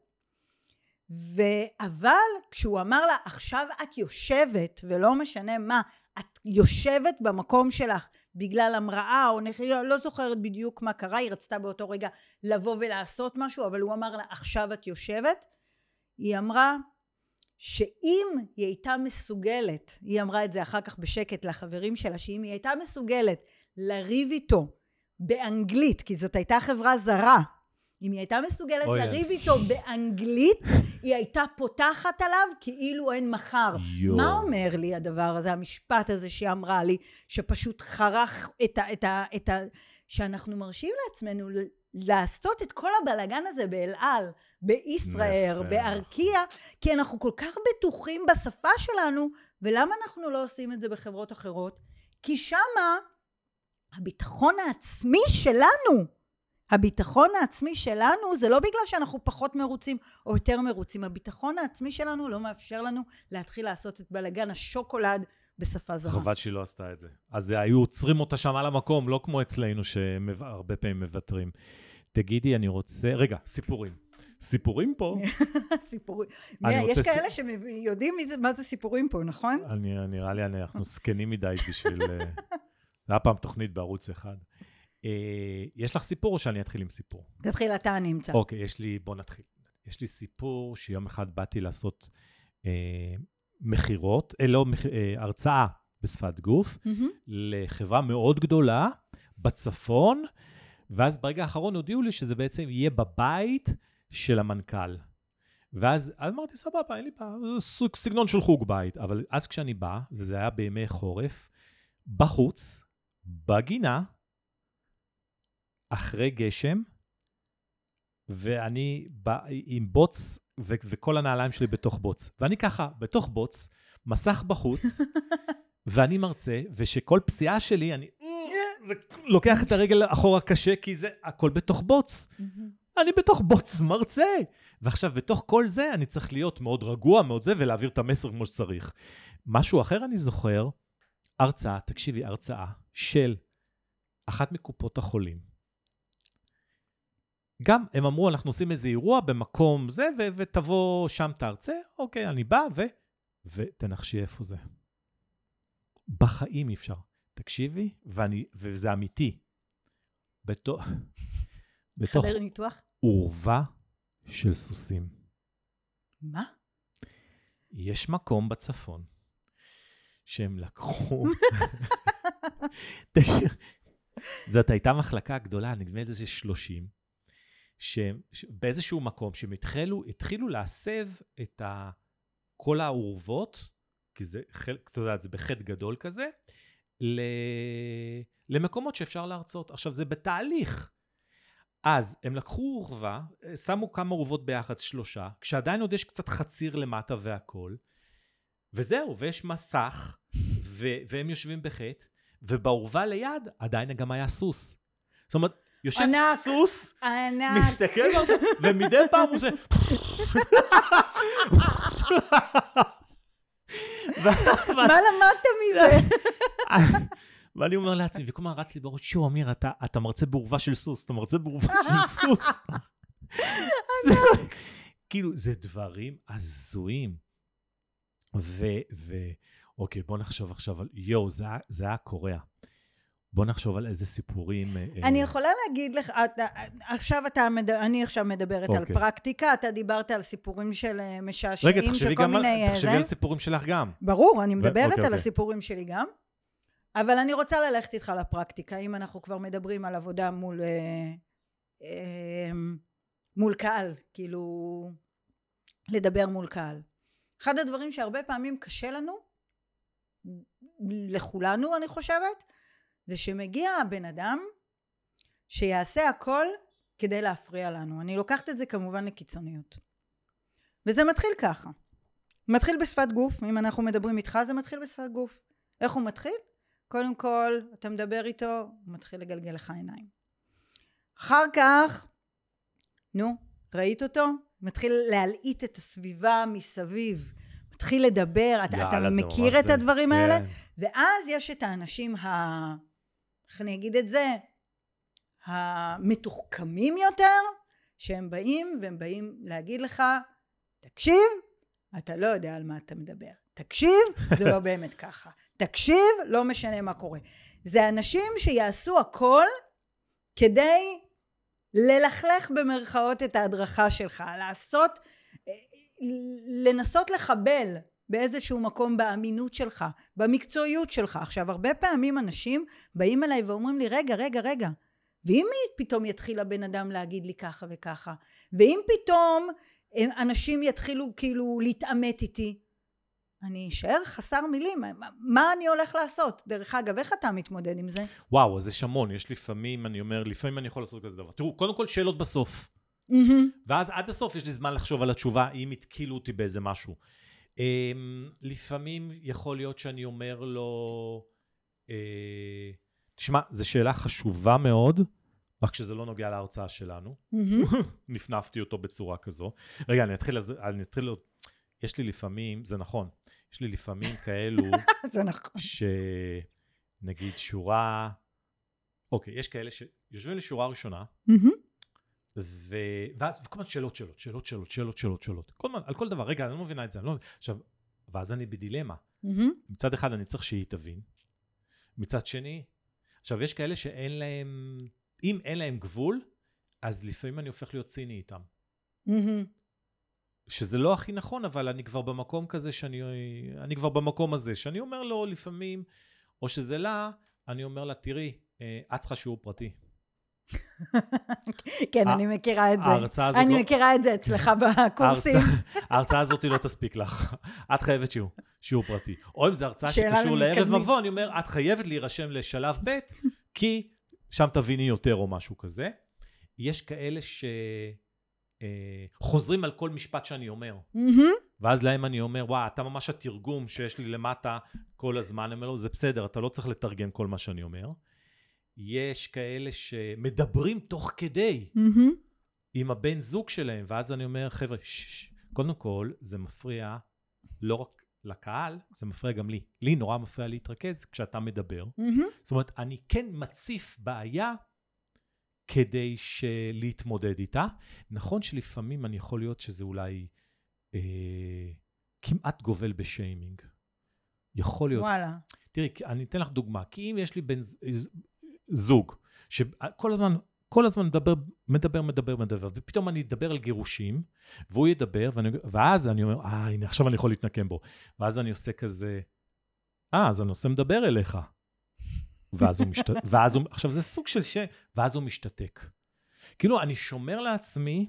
אבל כשהוא אמר לה, עכשיו את יושבת, ולא משנה מה, את יושבת במקום שלך בגלל המראה, או לא זוכרת בדיוק מה קרה, היא רצתה באותו רגע לבוא ולעשות משהו, אבל הוא אמר לה, עכשיו את יושבת, היא אמרה שאם היא הייתה מסוגלת, היא אמרה את זה אחר כך בשקט לחברים שלה, שאם היא הייתה מסוגלת לריב איתו באנגלית, כי זאת הייתה חברה זרה, אם היא הייתה מסוגלת אוי, לריב איתו באנגלית, היא הייתה פותחת עליו כאילו אין מחר. יו. מה אומר לי הדבר הזה, המשפט הזה שהיא אמרה לי, שפשוט חרך את ה... את ה, את ה שאנחנו מרשים לעצמנו לעשות את כל הבלגן הזה באל על, בישראל, בארקיע, כי אנחנו כל כך בטוחים בשפה שלנו, ולמה אנחנו לא עושים את זה בחברות אחרות? כי שמה הביטחון העצמי שלנו, הביטחון העצמי שלנו, זה לא בגלל שאנחנו פחות מרוצים או יותר מרוצים, הביטחון העצמי שלנו לא מאפשר לנו להתחיל לעשות את בלגן השוקולד בשפה זרה. חבל שהיא לא עשתה את זה. אז היו עוצרים אותה שם על המקום, לא כמו אצלנו שהרבה פעמים מבטרים. תגידי, אני רוצה... רגע, סיפורים. סיפורים פה? סיפורים. יש כאלה שיודעים מה זה סיפורים פה, נכון? נראה לי אנחנו סקנים מדי בשביל... זה היה פעם תוכנית בערוץ אחד. יש לך סיפור או שאני אתחיל עם סיפור? תתחיל אתה, אני אמצא. אוקיי, יש לי... בוא נתחיל. יש לי סיפור שיום אחד באתי לעשות מחירות, לא, הרצאה בשפת גוף, לחברה מאוד גדולה בצפון, ואז ברגע האחרון הודיעו לי שזה בעצם יהיה בבית של המנכ"ל. ואז אמרתי, סבבה, אין לי בעיה, זה סגנון של חוג בית. אבל אז כשאני בא, וזה היה בימי חורף, בחוץ, בגינה, אחרי גשם, ואני בא עם בוץ, ו- וכל הנעליים שלי בתוך בוץ. ואני ככה, בתוך בוץ, מסך בחוץ, ואני מרצה, ושכל פסיעה שלי, אני... זה לוקח את הרגל אחורה קשה, כי זה הכל בתוך בוץ. אני בתוך בוץ מרצה. ועכשיו, בתוך כל זה, אני צריך להיות מאוד רגוע, מאוד זה, ולהעביר את המסר כמו שצריך. משהו אחר אני זוכר, הרצאה, תקשיבי, הרצאה של אחת מקופות החולים. גם הם אמרו, אנחנו עושים איזה אירוע במקום זה, ו- ותבוא שם תרצה, אוקיי, אני בא, ו... ותנחשי איפה זה. בחיים אי אפשר. תקשיבי, ואני, וזה אמיתי. בתוך... בתוך... חדר ניתוח? עורבה של סוסים. מה? יש מקום בצפון, שהם לקחו... זאת הייתה מחלקה גדולה, נדמה לי זה שלושים, שבאיזשהו מקום שהם התחילו, התחילו להסב את ה... כל העורבות, כי זה, אתה יודע, זה בחד גדול כזה, ל... למקומות שאפשר להרצות. עכשיו, זה בתהליך. אז הם לקחו עורבה, שמו כמה עורבות ביחד, שלושה, כשעדיין עוד יש קצת חציר למטה והכל, וזהו, ויש מסך, ו... והם יושבים בחט, ובעורבה ליד עדיין גם היה סוס. זאת אומרת, יושב ענק, סוס, ענק. מסתכל, ומדי פעם הוא עושה... מה למדת מזה? ואני אומר לעצמי, וכל מה רץ לי בראש, שו, אמיר, אתה, אתה מרצה בעורבה של סוס, אתה מרצה בעורבה של סוס. כאילו, זה דברים הזויים. ו, ו, אוקיי, בוא נחשוב עכשיו על, יו, זה, זה היה קוריאה. בוא נחשוב על איזה סיפורים... אני יכולה להגיד לך, עכשיו אתה, אני עכשיו מדברת על פרקטיקה, אתה דיברת על סיפורים של משעשעים, רגע, תחשבי גם על, תחשבי על סיפורים שלך גם. ברור, אני מדברת על הסיפורים שלי גם, אבל אני רוצה ללכת איתך לפרקטיקה, אם אנחנו כבר מדברים על עבודה מול מול קהל, כאילו לדבר מול קהל. אחד הדברים שהרבה פעמים קשה לנו, לכולנו אני חושבת, זה שמגיע הבן אדם שיעשה הכל כדי להפריע לנו. אני לוקחת את זה כמובן לקיצוניות. וזה מתחיל ככה. מתחיל בשפת גוף, אם אנחנו מדברים איתך זה מתחיל בשפת גוף. איך הוא מתחיל? קודם כל, אתה מדבר איתו, הוא מתחיל לגלגל לך עיניים. אחר כך, נו, ראית אותו? מתחיל להלעיט את הסביבה מסביב. מתחיל לדבר, אתה, אתה מכיר את הדברים כן. האלה? ואז יש את האנשים, ה... איך אני אגיד את זה? המתוחכמים יותר, שהם באים והם באים להגיד לך, תקשיב, אתה לא יודע על מה אתה מדבר. תקשיב, זה לא באמת ככה. תקשיב, לא משנה מה קורה. זה אנשים שיעשו הכל כדי ללכלך במרכאות את ההדרכה שלך, לעשות, לנסות לחבל באיזשהו מקום באמינות שלך, במקצועיות שלך. עכשיו, הרבה פעמים אנשים באים אליי ואומרים לי, רגע, רגע, רגע, ואם פתאום יתחיל הבן אדם להגיד לי ככה וככה, ואם פתאום אנשים יתחילו כאילו להתאמת איתי, אני אשאר חסר מילים, מה, מה אני הולך לעשות? דרך אגב, איך אתה מתמודד עם זה? וואו, אז יש המון, יש לפעמים, אני אומר, לפעמים אני יכול לעשות כזה דבר. תראו, קודם כל שאלות בסוף. Mm-hmm. ואז עד הסוף יש לי זמן לחשוב על התשובה, אם התקילו אותי באיזה משהו. Um, לפעמים יכול להיות שאני אומר לו, uh, תשמע, זו שאלה חשובה מאוד, רק שזה לא נוגע להרצאה שלנו. Mm-hmm. נפנפתי אותו בצורה כזו. רגע, אני אתחיל, אני אתחיל, יש לי לפעמים, זה נכון, יש לי לפעמים כאלו, זה נכון. שנגיד שורה, אוקיי, יש כאלה שיושבים לשורה ראשונה, ו... ואז, וכל מיני שאלות, שאלות, שאלות, שאלות, שאלות, שאלות, שאלות. כל מיני, על כל דבר, רגע, אני לא מבינה את זה, אני לא... עכשיו, ואז אני בדילמה. מצד אחד אני צריך שהיא תבין. מצד שני, עכשיו, יש כאלה שאין להם, אם אין להם גבול, אז לפעמים אני הופך להיות ציני איתם. שזה לא הכי נכון, אבל אני כבר במקום כזה שאני, אני כבר במקום הזה, שאני אומר לו לפעמים, או שזה לה, אני אומר לה, תראי, את צריכה שיעור פרטי. כן, אני מכירה את זה. אני מכירה את זה אצלך בקורסים. ההרצאה הזאת לא תספיק לך. את חייבת שיעור, שיעור פרטי. או אם זה הרצאה שקשור לערב מבוא, אני אומר, את חייבת להירשם לשלב ב', כי שם תביני יותר או משהו כזה. יש כאלה ש... חוזרים על כל משפט שאני אומר. ואז להם אני אומר, וואה, אתה ממש התרגום שיש לי למטה כל הזמן. אני אומר לו, זה בסדר, אתה לא צריך לתרגם כל מה שאני אומר. יש כאלה שמדברים תוך כדי עם הבן זוג שלהם, ואז אני אומר, חבר'ה, קודם כל, זה מפריע לא רק לקהל, זה מפריע גם לי. לי נורא מפריע להתרכז כשאתה מדבר. זאת אומרת, אני כן מציף בעיה כדי להתמודד איתה. נכון שלפעמים אני יכול להיות שזה אולי אה, כמעט גובל בשיימינג. יכול להיות. וואלה. תראי, אני אתן לך דוגמה. כי אם יש לי בן זוג, שכל הזמן, כל הזמן מדבר, מדבר, מדבר, מדבר, ופתאום אני אדבר על גירושים, והוא ידבר, ואני, ואז אני אומר, אה, הנה, עכשיו אני יכול להתנקם בו. ואז אני עושה כזה, אה, אז אני עושה מדבר אליך. ואז הוא משתתק, ואז הוא, עכשיו זה סוג של ש... ואז הוא משתתק. כאילו, אני שומר לעצמי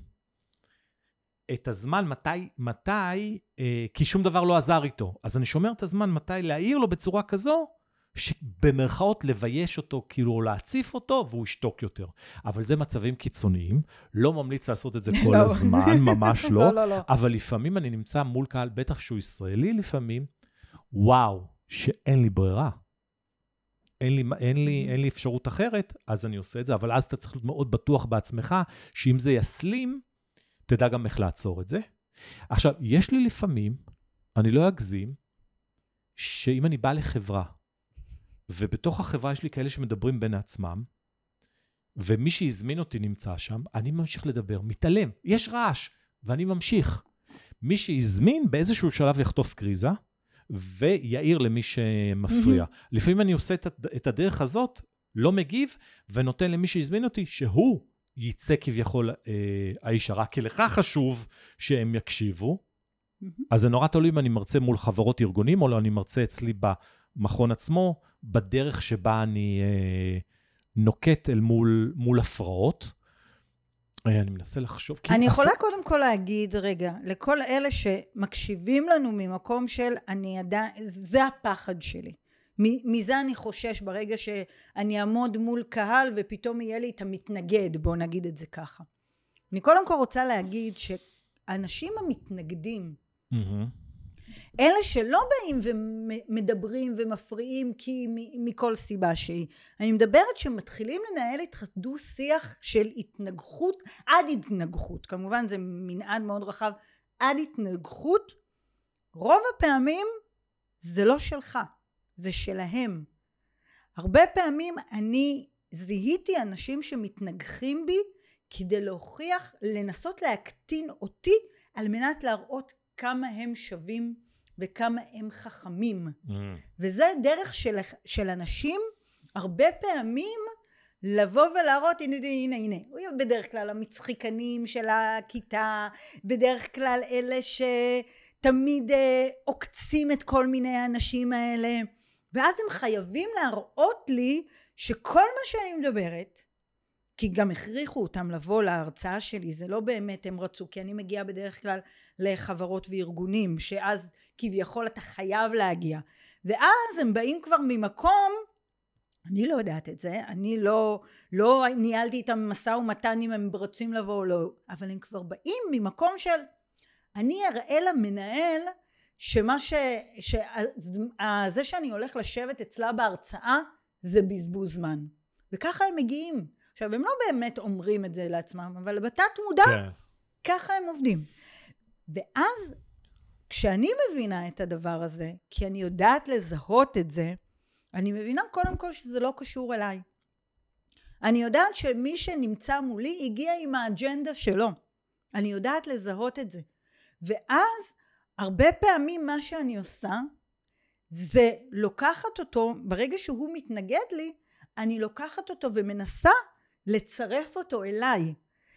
את הזמן מתי, מתי, אה, כי שום דבר לא עזר איתו. אז אני שומר את הזמן מתי להעיר לו בצורה כזו, שבמרכאות לבייש אותו, כאילו, או להציף אותו, והוא ישתוק יותר. אבל זה מצבים קיצוניים, לא ממליץ לעשות את זה כל הזמן, ממש לא, לא, לא. אבל לפעמים אני נמצא מול קהל, בטח שהוא ישראלי לפעמים, וואו, שאין לי ברירה. אין לי, אין לי, אין לי אפשרות אחרת, אז אני עושה את זה, אבל אז אתה צריך להיות מאוד בטוח בעצמך, שאם זה יסלים, תדע גם איך לעצור את זה. עכשיו, יש לי לפעמים, אני לא אגזים, שאם אני בא לחברה, ובתוך החברה יש לי כאלה שמדברים בין עצמם, ומי שהזמין אותי נמצא שם, אני ממשיך לדבר, מתעלם, יש רעש, ואני ממשיך. מי שהזמין באיזשהו שלב יחטוף קריזה, ויעיר למי שמפריע. לפעמים אני עושה את הדרך הזאת, לא מגיב, ונותן למי שהזמין אותי, שהוא ייצא כביכול האיש הרע, כי לך חשוב שהם יקשיבו. אז זה נורא תלוי אם אני מרצה מול חברות ארגונים, או לא אני מרצה אצלי במכון עצמו, בדרך שבה אני נוקט אל מול, מול הפרעות. אני מנסה לחשוב. אני יכולה קודם כל להגיד, רגע, לכל אלה שמקשיבים לנו ממקום של, אני ידע, זה הפחד שלי. מזה אני חושש ברגע שאני אעמוד מול קהל ופתאום יהיה לי את המתנגד, בוא נגיד את זה ככה. אני קודם כל רוצה להגיד שאנשים המתנגדים, אלה שלא באים ומדברים ומפריעים כי מכל סיבה שהיא, אני מדברת שמתחילים לנהל איתך דו שיח של התנגחות עד התנגחות, כמובן זה מנעד מאוד רחב, עד התנגחות, רוב הפעמים זה לא שלך, זה שלהם. הרבה פעמים אני זיהיתי אנשים שמתנגחים בי כדי להוכיח, לנסות להקטין אותי על מנת להראות כמה הם שווים וכמה הם חכמים. Mm. וזה דרך של, של אנשים הרבה פעמים לבוא ולהראות, הנה, הנה, הנה. בדרך כלל המצחיקנים של הכיתה, בדרך כלל אלה שתמיד אה, עוקצים את כל מיני האנשים האלה. ואז הם חייבים להראות לי שכל מה שאני מדברת, כי גם הכריחו אותם לבוא להרצאה שלי, זה לא באמת הם רצו, כי אני מגיעה בדרך כלל לחברות וארגונים, שאז כביכול אתה חייב להגיע, ואז הם באים כבר ממקום, אני לא יודעת את זה, אני לא, לא ניהלתי איתם משא ומתן אם הם רוצים לבוא או לא, אבל הם כבר באים ממקום של, אני אראה למנהל, שמה ש... ש... זה שאני הולך לשבת אצלה בהרצאה, זה בזבוז זמן, וככה הם מגיעים, עכשיו, הם לא באמת אומרים את זה לעצמם, אבל בתת מודע, כן. ככה הם עובדים. ואז, כשאני מבינה את הדבר הזה, כי אני יודעת לזהות את זה, אני מבינה קודם כל שזה לא קשור אליי. אני יודעת שמי שנמצא מולי, הגיע עם האג'נדה שלו. אני יודעת לזהות את זה. ואז, הרבה פעמים מה שאני עושה, זה לוקחת אותו, ברגע שהוא מתנגד לי, אני לוקחת אותו ומנסה, לצרף אותו אליי.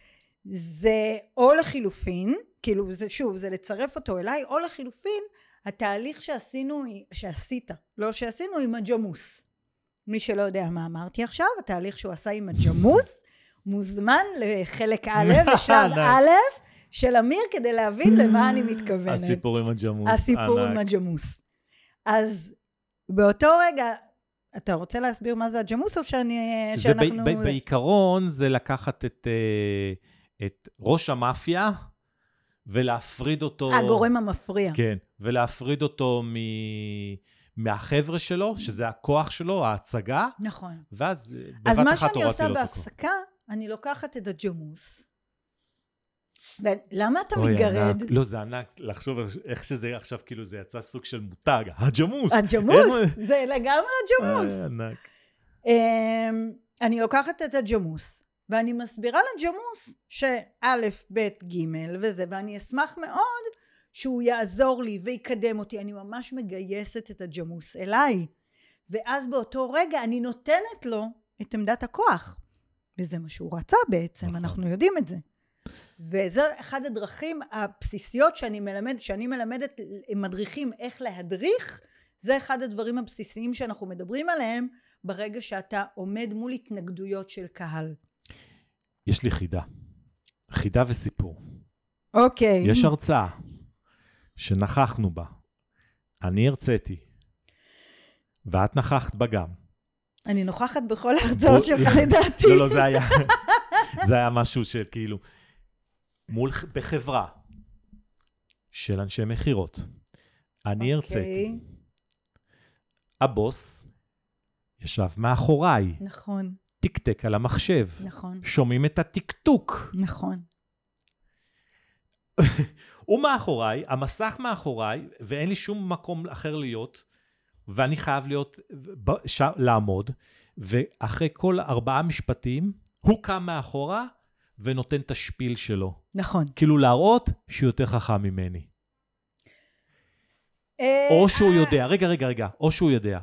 זה או לחילופין, כאילו זה שוב, זה לצרף אותו אליי, או לחילופין, התהליך שעשינו, שעשית, לא שעשינו עם הג'מוס. מי שלא יודע מה אמרתי עכשיו, התהליך שהוא עשה עם הג'מוס, מוזמן לחלק א', לשלב א', של אמיר, כדי להבין למה אני מתכוונת. הסיפור עם הג'מוס. הסיפור עם הג'מוס. אז באותו רגע, אתה רוצה להסביר מה זה הג'מוס או שאני... זה שאנחנו... ב- ב- בעיקרון זה לקחת את, את ראש המאפיה ולהפריד אותו... הגורם המפריע. כן, ולהפריד אותו מ... מהחבר'ה שלו, שזה הכוח שלו, ההצגה. נכון. ואז בבת אז מה אחת שאני הורדתי עושה לו בהפסקה, אני לוקחת את הג'מוס. למה אתה מתגרד? לא, זה ענק, לחשוב איך שזה עכשיו, כאילו זה יצא סוג של מותג, הג'מוס. הג'מוס, זה לגמרי הג'מוס. ענק. אני לוקחת את הג'מוס, ואני מסבירה לג'מוס שא', ב', ג' וזה, ואני אשמח מאוד שהוא יעזור לי ויקדם אותי, אני ממש מגייסת את הג'מוס אליי, ואז באותו רגע אני נותנת לו את עמדת הכוח, וזה מה שהוא רצה בעצם, אנחנו יודעים את זה. וזה אחד הדרכים הבסיסיות שאני מלמד, שאני מלמדת מדריכים איך להדריך, זה אחד הדברים הבסיסיים שאנחנו מדברים עליהם, ברגע שאתה עומד מול התנגדויות של קהל. יש לי חידה. חידה וסיפור. אוקיי. יש הרצאה שנכחנו בה. אני הרציתי. ואת נכחת בה גם. אני נוכחת בכל ההרצאות שלך לדעתי. לא, לא, זה היה, זה היה משהו של כאילו, מול, בחברה של אנשי מחירות. אני הרציתי. הבוס ישב מאחוריי. נכון. טיקטק על המחשב. נכון. שומעים את הטיקטוק. נכון. הוא מאחוריי, המסך מאחוריי, ואין לי שום מקום אחר להיות, ואני חייב להיות, ש... לעמוד, ואחרי כל ארבעה משפטים, הוא קם מאחורה, ונותן את השפיל שלו. נכון. כאילו להראות שהוא יותר חכם ממני. או שהוא יודע, רגע, רגע, רגע, או שהוא יודע.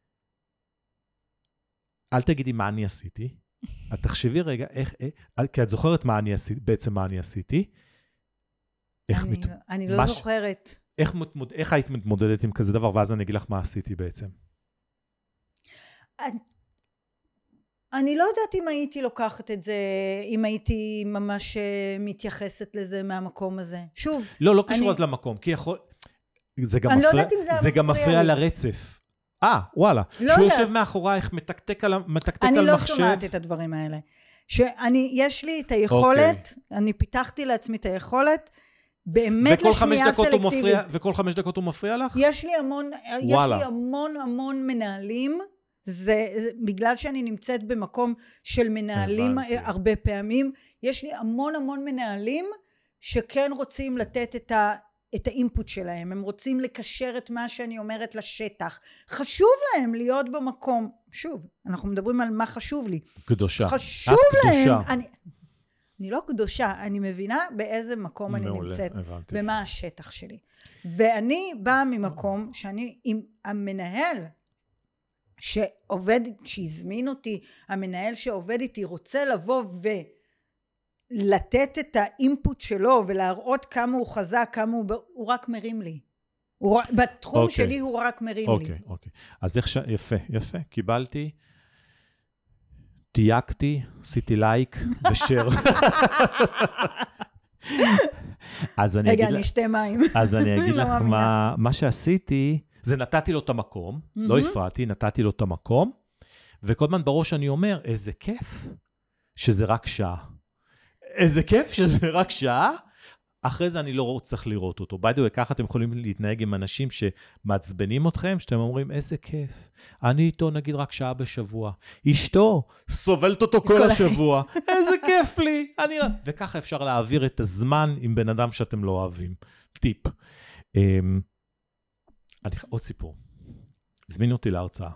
אל תגידי מה אני עשיתי. את תחשבי רגע, איך, כי את זוכרת מה אני עשיתי, בעצם מה אני עשיתי. אני, מת... אני לא מש... זוכרת. איך, מתמוד... איך היית מתמודדת עם כזה דבר, ואז אני אגיד לך מה עשיתי בעצם. אני... אני לא יודעת אם הייתי לוקחת את זה, אם הייתי ממש מתייחסת לזה מהמקום הזה. שוב. לא, לא קשור אז למקום, כי יכול... זה גם אני מפריע, לא יודעת אם זה זה גם מפריע לרצף. אה, וואלה. לא שהוא יודעת. יושב מאחורייך, מתקתק על, מתקתק אני על לא מחשב. שומעת את הדברים האלה. שאני, יש לי את היכולת, אוקיי. אני פיתחתי לעצמי את היכולת, באמת לשמיעה סלקטיבית. וכל חמש דקות הוא מפריע לך? יש לי המון, וואלה. יש לי המון המון מנהלים, זה, זה בגלל שאני נמצאת במקום של מנהלים הבנתי. הרבה פעמים, יש לי המון המון מנהלים שכן רוצים לתת את ה... את האינפוט שלהם, הם רוצים לקשר את מה שאני אומרת לשטח, חשוב להם להיות במקום, שוב, אנחנו מדברים על מה חשוב לי, קדושה, חשוב להם, אני, אני לא קדושה, אני מבינה באיזה מקום אני מעולה, נמצאת, הבנתי. ומה השטח שלי, ואני באה ממקום שאני עם המנהל שעובד, שהזמין אותי, המנהל שעובד איתי רוצה לבוא ו... לתת את האינפוט שלו ולהראות כמה הוא חזק, כמה הוא, הוא רק מרים לי. הוא, בתחום okay. שלי הוא רק מרים okay, לי. אוקיי, אוקיי. אז איך ש... יפה, יפה. קיבלתי, תייקתי, עשיתי לייק ושר. אז אני רגע, אגיד אני שתי מים. אז אני אגיד לך מה, מה שעשיתי, זה נתתי לו את המקום, לא הפרעתי, נתתי לו את המקום, וכל הזמן בראש אני אומר, איזה כיף שזה רק שעה. איזה כיף שזה רק שעה, אחרי זה אני לא צריך לראות אותו. by the way, ככה אתם יכולים להתנהג עם אנשים שמעצבנים אתכם, שאתם אומרים, איזה כיף, אני איתו נגיד רק שעה בשבוע, אשתו סובלת אותו כל השבוע, איזה כיף לי, אני... וככה אפשר להעביר את הזמן עם בן אדם שאתם לא אוהבים. טיפ. אני... עוד סיפור. הזמינו אותי להרצאה.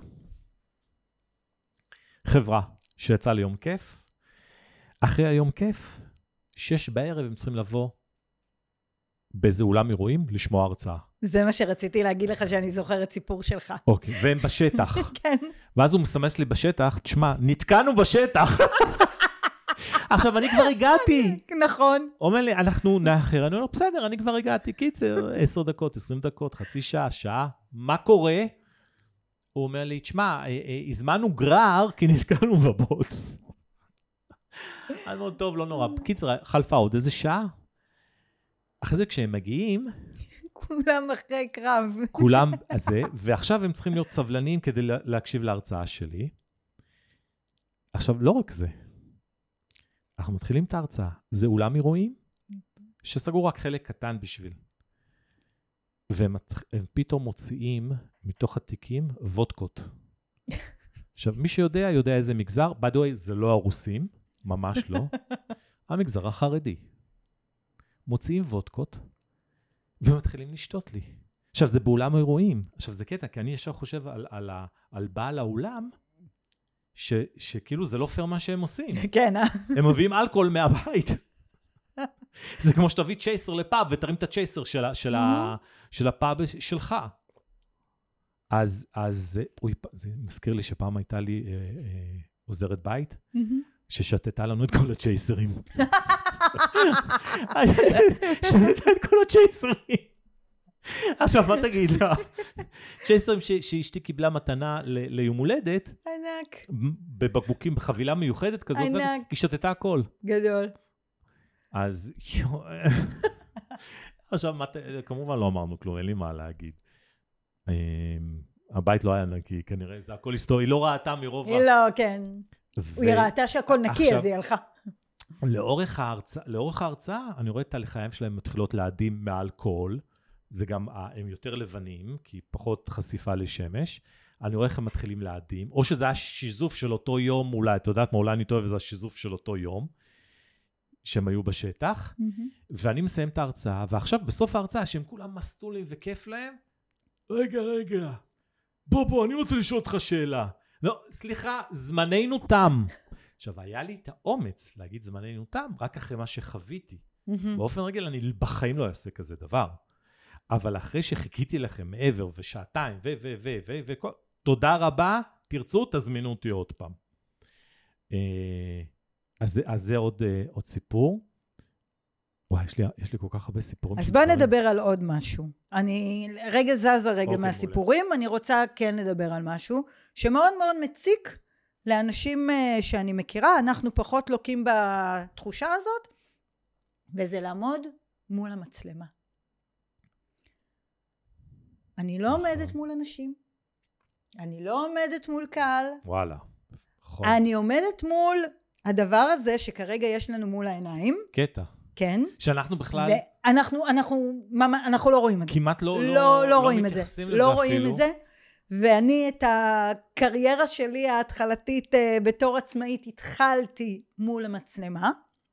חברה שיצא לי יום כיף, אחרי היום כיף, שש בערב הם צריכים לבוא באיזה אולם אירועים לשמוע הרצאה. זה מה שרציתי להגיד לך שאני זוכרת סיפור שלך. אוקיי, והם בשטח. כן. ואז הוא מסמס לי בשטח, תשמע, נתקענו בשטח. עכשיו, אני כבר הגעתי. נכון. אומר לי, אנחנו נאחר, אני אומר, בסדר, אני כבר הגעתי, קיצר, עשר דקות, עשרים דקות, חצי שעה, שעה, מה קורה? הוא אומר לי, תשמע, הזמנו גרר, כי נתקענו בבוץ. אני מאוד טוב, לא נורא. בקיצר, חלפה עוד איזה שעה. אחרי זה כשהם מגיעים... כולם אחרי קרב. כולם, אז זה, ועכשיו הם צריכים להיות סבלנים כדי להקשיב להרצאה שלי. עכשיו, לא רק זה. אנחנו מתחילים את ההרצאה. זה אולם אירועים, שסגרו רק חלק קטן בשביל. והם פתאום מוציאים מתוך התיקים וודקות. עכשיו, מי שיודע, יודע איזה מגזר. by the way, זה לא הרוסים. ממש לא. המגזר החרדי. מוציאים וודקות, ומתחילים לשתות לי. עכשיו, זה באולם האירועים. עכשיו, זה קטע, כי אני ישר חושב על, על, על, על בעל האולם, ש, שכאילו זה לא פייר מה שהם עושים. כן, אה? הם מביאים אלכוהול מהבית. זה כמו שתביא צ'ייסר לפאב, ותרים את הצ'ייסר של, של, ה, של הפאב שלך. אז, אז אוי, זה מזכיר לי שפעם הייתה לי אה, אה, עוזרת בית, ששתתה לנו את כל הצ'ייסרים. שתתה את כל הצ'ייסרים. עכשיו, מה תגיד לה? צ'ייסרים שאשתי קיבלה מתנה ליום הולדת, ענק. בבקבוקים, בחבילה מיוחדת כזאת, ענק. היא שתתה הכל. גדול. אז, עכשיו, כמובן לא אמרנו כלום, אין לי מה להגיד. הבית לא היה נקי, כנראה, זה הכל היסטורי, היא לא ראתה מרוב... היא לא, כן. היא ראתה שהכל נקי, אז היא הלכה. לאורך ההרצאה, לאורך ההרצאה, אני רואה את הלחיים שלהם מתחילות להדים מאלכוהול, זה גם, הם יותר לבנים, כי פחות חשיפה לשמש, אני רואה איך הם מתחילים להדים, או שזה השיזוף של אותו יום, אולי, אתה יודעת מה, אולי אני טועה, וזה השיזוף של אותו יום, שהם היו בשטח, ואני מסיים את ההרצאה, ועכשיו בסוף ההרצאה, שהם כולם מסתו לי וכיף להם, רגע, רגע, בוא, בוא, אני רוצה לשאול אותך שאלה. לא, סליחה, זמננו תם. עכשיו, היה לי את האומץ להגיד זמננו תם, רק אחרי מה שחוויתי. באופן רגל, אני בחיים לא אעשה כזה דבר. אבל אחרי שחיכיתי לכם מעבר ושעתיים, ו, ו, ו, ו, ו, תודה רבה, תרצו, תזמינו אותי עוד פעם. אז, אז זה עוד, עוד סיפור. וואי, יש לי, יש לי כל כך הרבה סיפורים. אז בוא נדבר על עוד משהו. אני רגע זזה רגע אוקיי, מהסיפורים, מולה. אני רוצה כן לדבר על משהו, שמאוד מאוד מציק לאנשים שאני מכירה, אנחנו פחות לוקים בתחושה הזאת, וזה לעמוד מול המצלמה. אני לא עומדת מול אנשים, אני לא עומדת מול קהל. וואלה. אני עומדת מול הדבר הזה שכרגע יש לנו מול העיניים. קטע. כן. שאנחנו בכלל... ואנחנו, אנחנו, אנחנו לא רואים את זה. כמעט לא, לא, לא, לא רואים את זה. מתייחסים לזה לא אפילו. רואים את זה. ואני את הקריירה שלי ההתחלתית בתור עצמאית התחלתי מול המצלמה.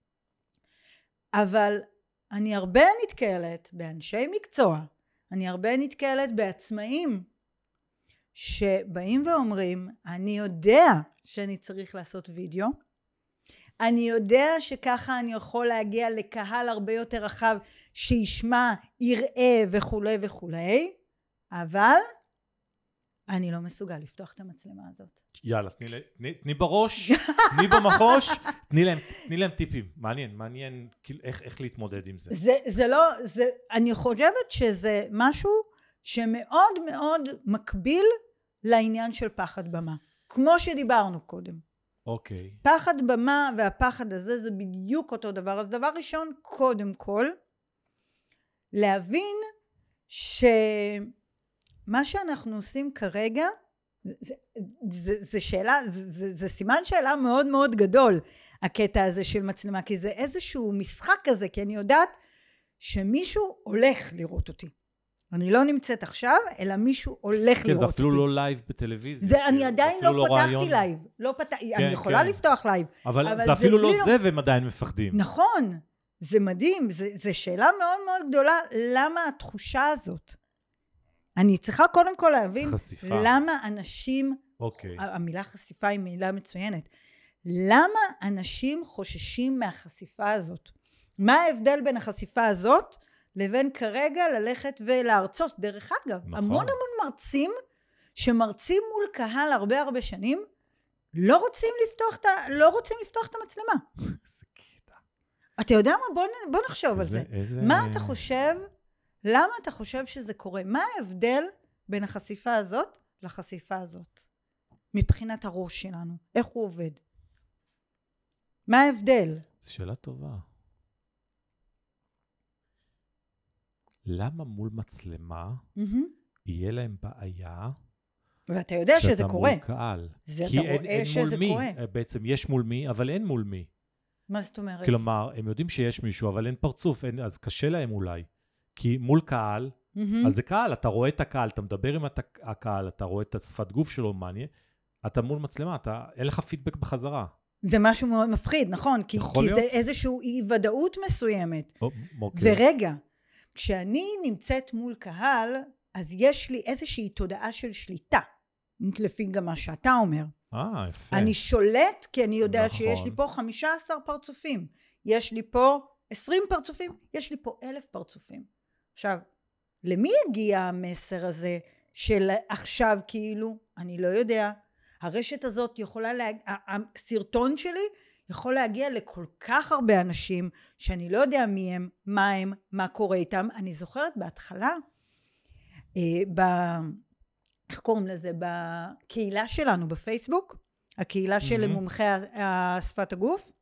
אבל אני הרבה נתקלת באנשי מקצוע. אני הרבה נתקלת בעצמאים שבאים ואומרים, אני יודע שאני צריך לעשות וידאו, אני יודע שככה אני יכול להגיע לקהל הרבה יותר רחב, שישמע, יראה וכו' וכו', אבל אני לא מסוגל לפתוח את המצלמה הזאת. יאללה, תני, תני, תני בראש, תני במחוש, תני להם, תני להם טיפים. מעניין, מעניין כאילו, איך, איך להתמודד עם זה. זה, זה לא, זה, אני חושבת שזה משהו שמאוד מאוד מקביל לעניין של פחד במה. כמו שדיברנו קודם. אוקיי. פחד במה והפחד הזה זה בדיוק אותו דבר. אז דבר ראשון, קודם כל, להבין שמה שאנחנו עושים כרגע, זה, זה, זה שאלה, זה, זה, זה סימן שאלה מאוד מאוד גדול, הקטע הזה של מצלמה, כי זה איזשהו משחק כזה, כי אני יודעת שמישהו הולך לראות אותי. אני לא נמצאת עכשיו, אלא מישהו הולך לראות אותי. כן, זה אפילו לא לייב בטלוויזיה. זה, אני עדיין לא פתחתי לייב. לא פת... אני יכולה לפתוח לייב. אבל זה אפילו לא זה, והם עדיין מפחדים. נכון. זה מדהים. זה שאלה מאוד מאוד גדולה. למה התחושה הזאת? אני צריכה קודם כל להבין למה אנשים, המילה חשיפה היא מילה מצוינת, למה אנשים חוששים מהחשיפה הזאת? מה ההבדל בין החשיפה הזאת לבין כרגע ללכת ולהרצות? דרך אגב, נכון. המון המון מרצים שמרצים מול קהל הרבה הרבה שנים, לא רוצים לפתוח את, לא רוצים לפתוח את המצלמה. איזה קטע. אתה יודע מה? בוא, בוא נחשוב איזה, על זה. איזה... מה אתה חושב, למה אתה חושב שזה קורה? מה ההבדל בין החשיפה הזאת לחשיפה הזאת? מבחינת הראש שלנו. איך הוא עובד? מה ההבדל? זו שאלה טובה. למה מול מצלמה mm-hmm. יהיה להם בעיה ואתה יודע שזה קורה. שאתה מול קהל. זה כי אתה אין, רואה אין שזה מול מי. קורה. בעצם יש מול מי, אבל אין מול מי. מה זאת אומרת? כלומר, הם יודעים שיש מישהו, אבל אין פרצוף, אין, אז קשה להם אולי. כי מול קהל, mm-hmm. אז זה קהל, אתה רואה את הקהל, אתה מדבר עם הקהל, אתה רואה את השפת גוף שלו, מעניין, אתה מול מצלמה, אתה, אין לך פידבק בחזרה. זה משהו מאוד מפחיד, נכון? כי, כי זה איזשהו אי ודאות מסוימת. או, אוקיי. ורגע, כשאני נמצאת מול קהל, אז יש לי איזושהי תודעה של שליטה, לפי גם מה שאתה אומר. אה, יפה. אני שולט, כי אני יודע נכון. שיש לי פה חמישה עשר פרצופים, יש לי פה עשרים פרצופים, יש לי פה אלף פרצופים. עכשיו, למי הגיע המסר הזה של עכשיו כאילו? אני לא יודע. הרשת הזאת יכולה, לה... הסרטון שלי יכול להגיע לכל כך הרבה אנשים, שאני לא יודע מי הם, מה הם, מה קורה איתם. אני זוכרת בהתחלה, אה, ב... איך קוראים לזה? בקהילה שלנו בפייסבוק, הקהילה של mm-hmm. מומחי שפת הגוף,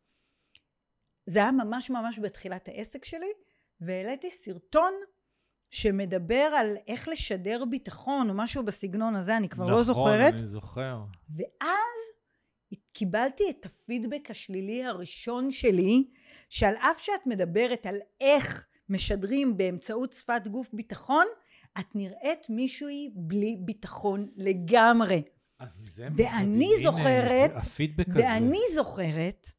זה היה ממש ממש בתחילת העסק שלי, והעליתי סרטון שמדבר על איך לשדר ביטחון, או משהו בסגנון הזה, אני כבר נכון, לא זוכרת. נכון, אני זוכר. ואז קיבלתי את הפידבק השלילי הראשון שלי, שעל אף שאת מדברת על איך משדרים באמצעות שפת גוף ביטחון, את נראית מישהי בלי ביטחון לגמרי. אז מזה ואני זוכרת, הפידבק הזה. ואני זוכרת,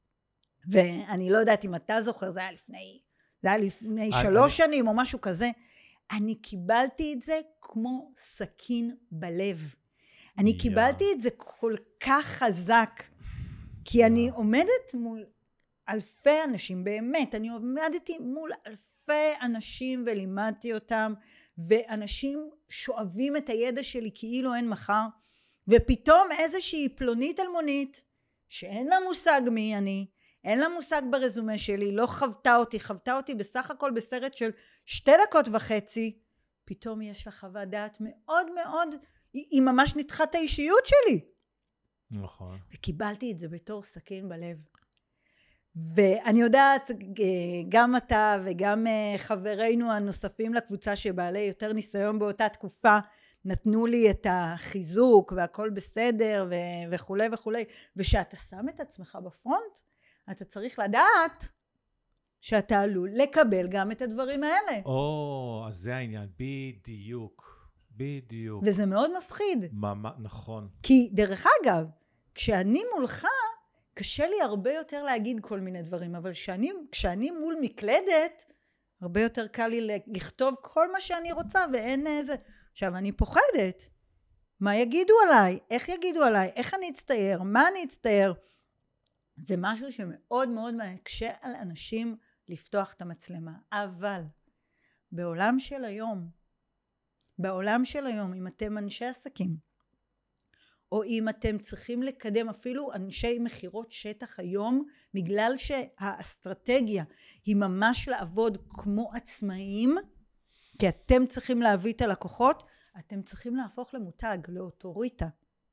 ואני לא יודעת אם אתה זוכר, זה היה לפני, זה היה לפני שלוש שנים או משהו כזה, אני קיבלתי את זה כמו סכין בלב. אני קיבלתי את זה כל כך חזק, כי אני עומדת מול אלפי אנשים, באמת, אני עומדתי מול אלפי אנשים ולימדתי אותם, ואנשים שואבים את הידע שלי כאילו אין מחר, ופתאום איזושהי פלונית אלמונית, שאין לה מושג מי אני, אין לה מושג ברזומה שלי, לא חוותה אותי, חוותה אותי בסך הכל בסרט של שתי דקות וחצי, פתאום יש לה חוות דעת מאוד מאוד, היא ממש נתחה את האישיות שלי. נכון. וקיבלתי את זה בתור סכין בלב. ואני יודעת, גם אתה וגם חברינו הנוספים לקבוצה שבעלי יותר ניסיון באותה תקופה, נתנו לי את החיזוק והכל בסדר ו- וכולי וכולי. ושאתה שם את עצמך בפרונט, אתה צריך לדעת שאתה עלול לקבל גם את הדברים האלה. או, אז זה העניין, בדיוק, בדיוק. וזה מאוד מפחיד. ממש, נכון. כי דרך אגב, כשאני מולך, קשה לי הרבה יותר להגיד כל מיני דברים, אבל כשאני, כשאני מול מקלדת, הרבה יותר קל לי לכתוב כל מה שאני רוצה, ואין איזה... עכשיו, אני פוחדת. מה יגידו עליי? איך יגידו עליי? איך אני אצטייר? מה אני אצטייר? זה משהו שמאוד מאוד מקשה על אנשים לפתוח את המצלמה. אבל בעולם של היום, בעולם של היום, אם אתם אנשי עסקים, או אם אתם צריכים לקדם אפילו אנשי מחירות שטח היום, בגלל שהאסטרטגיה היא ממש לעבוד כמו עצמאים, כי אתם צריכים להביא את הלקוחות, אתם צריכים להפוך למותג, לאוטוריטה.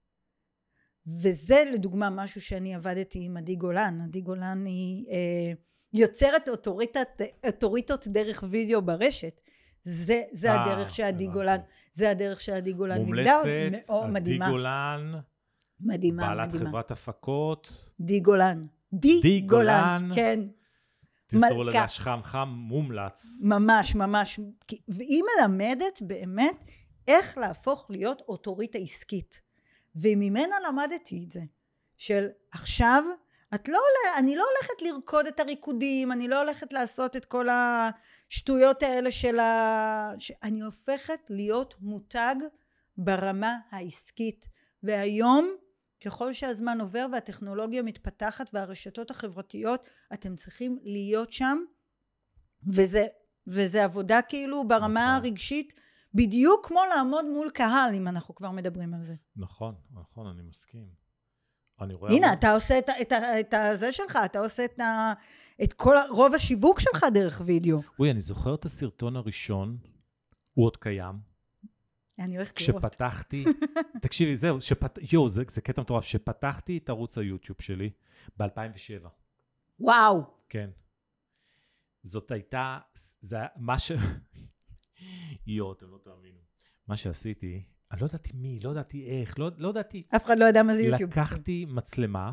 וזה לדוגמה משהו שאני עבדתי עם עדי גולן. עדי גולן היא אה, יוצרת אוטוריטת, אוטוריטות דרך וידאו ברשת. זה, זה 아, הדרך שעדי גולן, זה הדרך שעדי גולן מומלצת, עדי גולן, מדהימה, בעלת מדהימה. חברת הפקות. די גולן. די, די גולן. גולן, כן. תסרו לנש חם חם, מומלץ. ממש, ממש. והיא מלמדת באמת איך להפוך להיות אוטוריטה עסקית. וממנה למדתי את זה. של עכשיו, את לא, אני לא הולכת לרקוד את הריקודים, אני לא הולכת לעשות את כל השטויות האלה של ה... אני הופכת להיות מותג ברמה העסקית. והיום, ככל שהזמן עובר והטכנולוגיה מתפתחת והרשתות החברתיות, אתם צריכים להיות שם, וזה, וזה עבודה כאילו ברמה הרגשית, בדיוק כמו לעמוד מול קהל, אם אנחנו כבר מדברים על זה. נכון, נכון, אני מסכים. אני רואה... הנה, אתה עושה את, את, את, את זה שלך, אתה עושה את, את כל רוב השיווק שלך דרך וידאו. אוי, אני זוכר את הסרטון הראשון, הוא עוד קיים. אני הולכת לראות. כשפתחתי, תקשיבי, זהו, שפת... יו, זה, זה קטע מטורף, שפתחתי את ערוץ היוטיוב שלי ב-אלפיים ושבע. וואו. כן. זאת הייתה, זה היה, מה ש... יו, אתם לא תאמינו. מה שעשיתי, אני לא ידעתי מי, לא ידעתי איך, לא, לא ידעתי. אף אחד לא ידע מה זה יוטיוב. לקחתי מצלמה,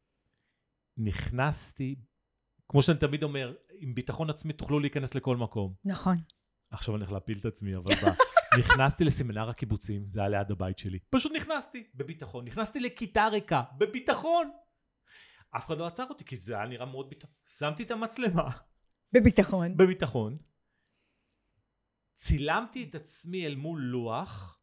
נכנסתי, כמו שאני תמיד אומר, עם ביטחון עצמי תוכלו להיכנס לכל מקום. נכון. עכשיו אני הולך להפיל את עצמי, אבל בא. נכנסתי לסמינר הקיבוצים, זה היה ליד הבית שלי. פשוט נכנסתי, בביטחון. נכנסתי לכיתה ריקה, בביטחון. אף אחד לא עצר אותי, כי זה היה נראה מאוד ביטחון. שמתי את המצלמה. בביטחון. בביטחון. צילמתי את עצמי אל מול לוח,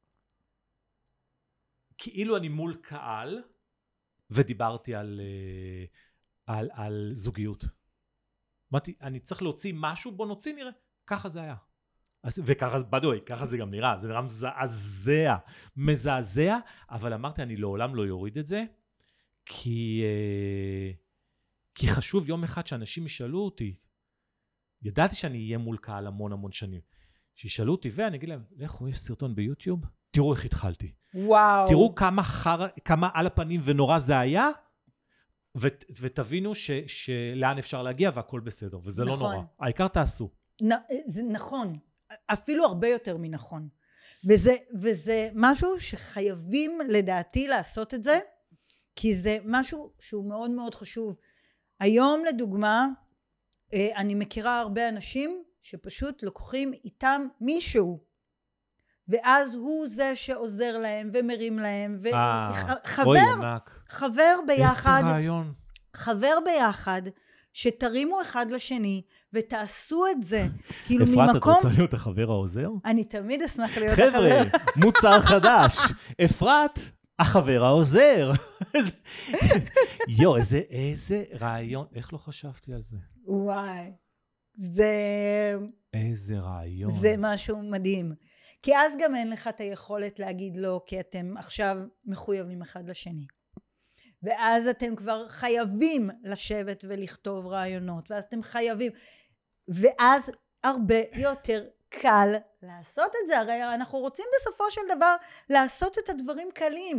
כאילו אני מול קהל, ודיברתי על, על, על זוגיות. אמרתי, אני צריך להוציא משהו, בוא נוציא, נראה. ככה זה היה. אז, וככה, בדוי, ככה זה גם נראה. זה נראה מזעזע, מזעזע, אבל אמרתי, אני לעולם לא יוריד את זה, כי, כי חשוב יום אחד שאנשים ישאלו אותי, ידעתי שאני אהיה מול קהל המון המון שנים, שישאלו אותי, ואני אגיד להם, לכו, יש סרטון ביוטיוב? תראו איך התחלתי. וואו. תראו כמה חר, כמה על הפנים ונורא זה היה, ו, ותבינו ש, שלאן אפשר להגיע והכל בסדר, וזה נכון. לא נורא. העיקר תעשו. נ, זה נכון, אפילו הרבה יותר מנכון. וזה, וזה משהו שחייבים לדעתי לעשות את זה, כי זה משהו שהוא מאוד מאוד חשוב. היום לדוגמה, אני מכירה הרבה אנשים שפשוט לוקחים איתם מישהו, ואז הוא זה שעוזר להם ומרים להם, וחבר, חבר ביחד, איזה רעיון. חבר ביחד, שתרימו אחד לשני, ותעשו את זה. כאילו אפרת, ממקום... את רוצה להיות החבר העוזר? אני תמיד אשמח להיות החבר. חבר'ה, מוצר חדש. אפרת, החבר העוזר. יו, איזה, איזה רעיון. איך לא חשבתי על זה? וואי, זה... איזה רעיון. זה משהו מדהים. כי אז גם אין לך את היכולת להגיד לא, כי אתם עכשיו מחויבים אחד לשני. ואז אתם כבר חייבים לשבת ולכתוב רעיונות, ואז אתם חייבים, ואז הרבה יותר קל לעשות את זה. הרי אנחנו רוצים בסופו של דבר לעשות את הדברים קלים,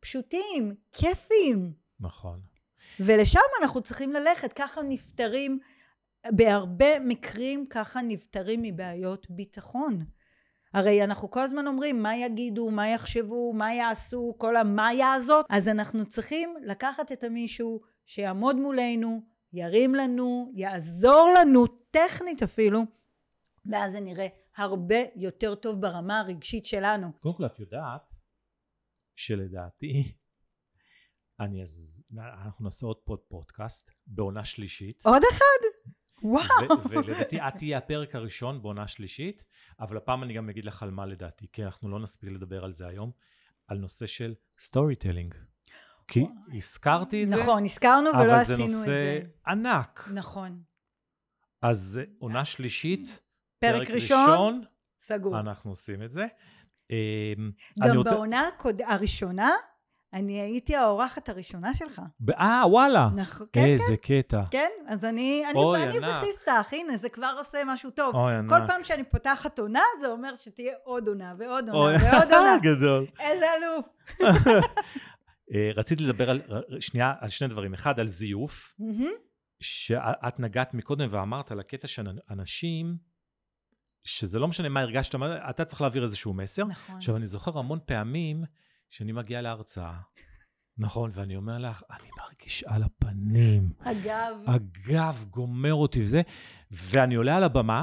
פשוטים, כיפים. נכון. ולשם אנחנו צריכים ללכת, ככה נפטרים, בהרבה מקרים ככה נפטרים מבעיות ביטחון. הרי אנחנו כל הזמן אומרים, מה יגידו, מה יחשבו, מה יעשו, כל המאיה הזאת. אז אנחנו צריכים לקחת את המישהו שיעמוד מולנו, ירים לנו, יעזור לנו, טכנית אפילו, ואז זה נראה הרבה יותר טוב ברמה הרגשית שלנו. קודם כל את יודעת שלדעתי, אני אז, אנחנו נעשה עוד פוד פודקאסט בעונה שלישית. עוד אחד? וואו. ולדעתי את תהיה הפרק הראשון בעונה שלישית, אבל הפעם אני גם אגיד לך על מה לדעתי, כי אנחנו לא נספיק לדבר על זה היום, על נושא של סטורי טלינג. כי הזכרתי את זה, נכון, הזכרנו ולא עשינו את זה. אבל זה נושא ענק. נכון. אז עונה שלישית, פרק ראשון, סגור. אנחנו עושים את זה. גם בעונה הראשונה, אני הייתי האורחת הראשונה שלך. אה, וואלה. נכון, כן, איזה קטע. כן, אז אני בספתח, הנה, זה כבר עושה משהו טוב. כל פעם שאני פותחת עונה, זה אומר שתהיה עוד עונה, ועוד עונה, ועוד עונה. גדול. איזה אלוף. רציתי לדבר על, שנייה, על שני דברים. אחד, על זיוף, שאת נגעת מקודם ואמרת על הקטע של אנשים, שזה לא משנה מה הרגשת, אתה צריך להעביר איזשהו מסר. נכון. עכשיו, אני זוכר המון פעמים, שאני מגיע להרצאה, נכון, ואני אומר לך, אני מרגיש על הפנים. אגב. אגב, גומר אותי וזה, ואני עולה על הבמה,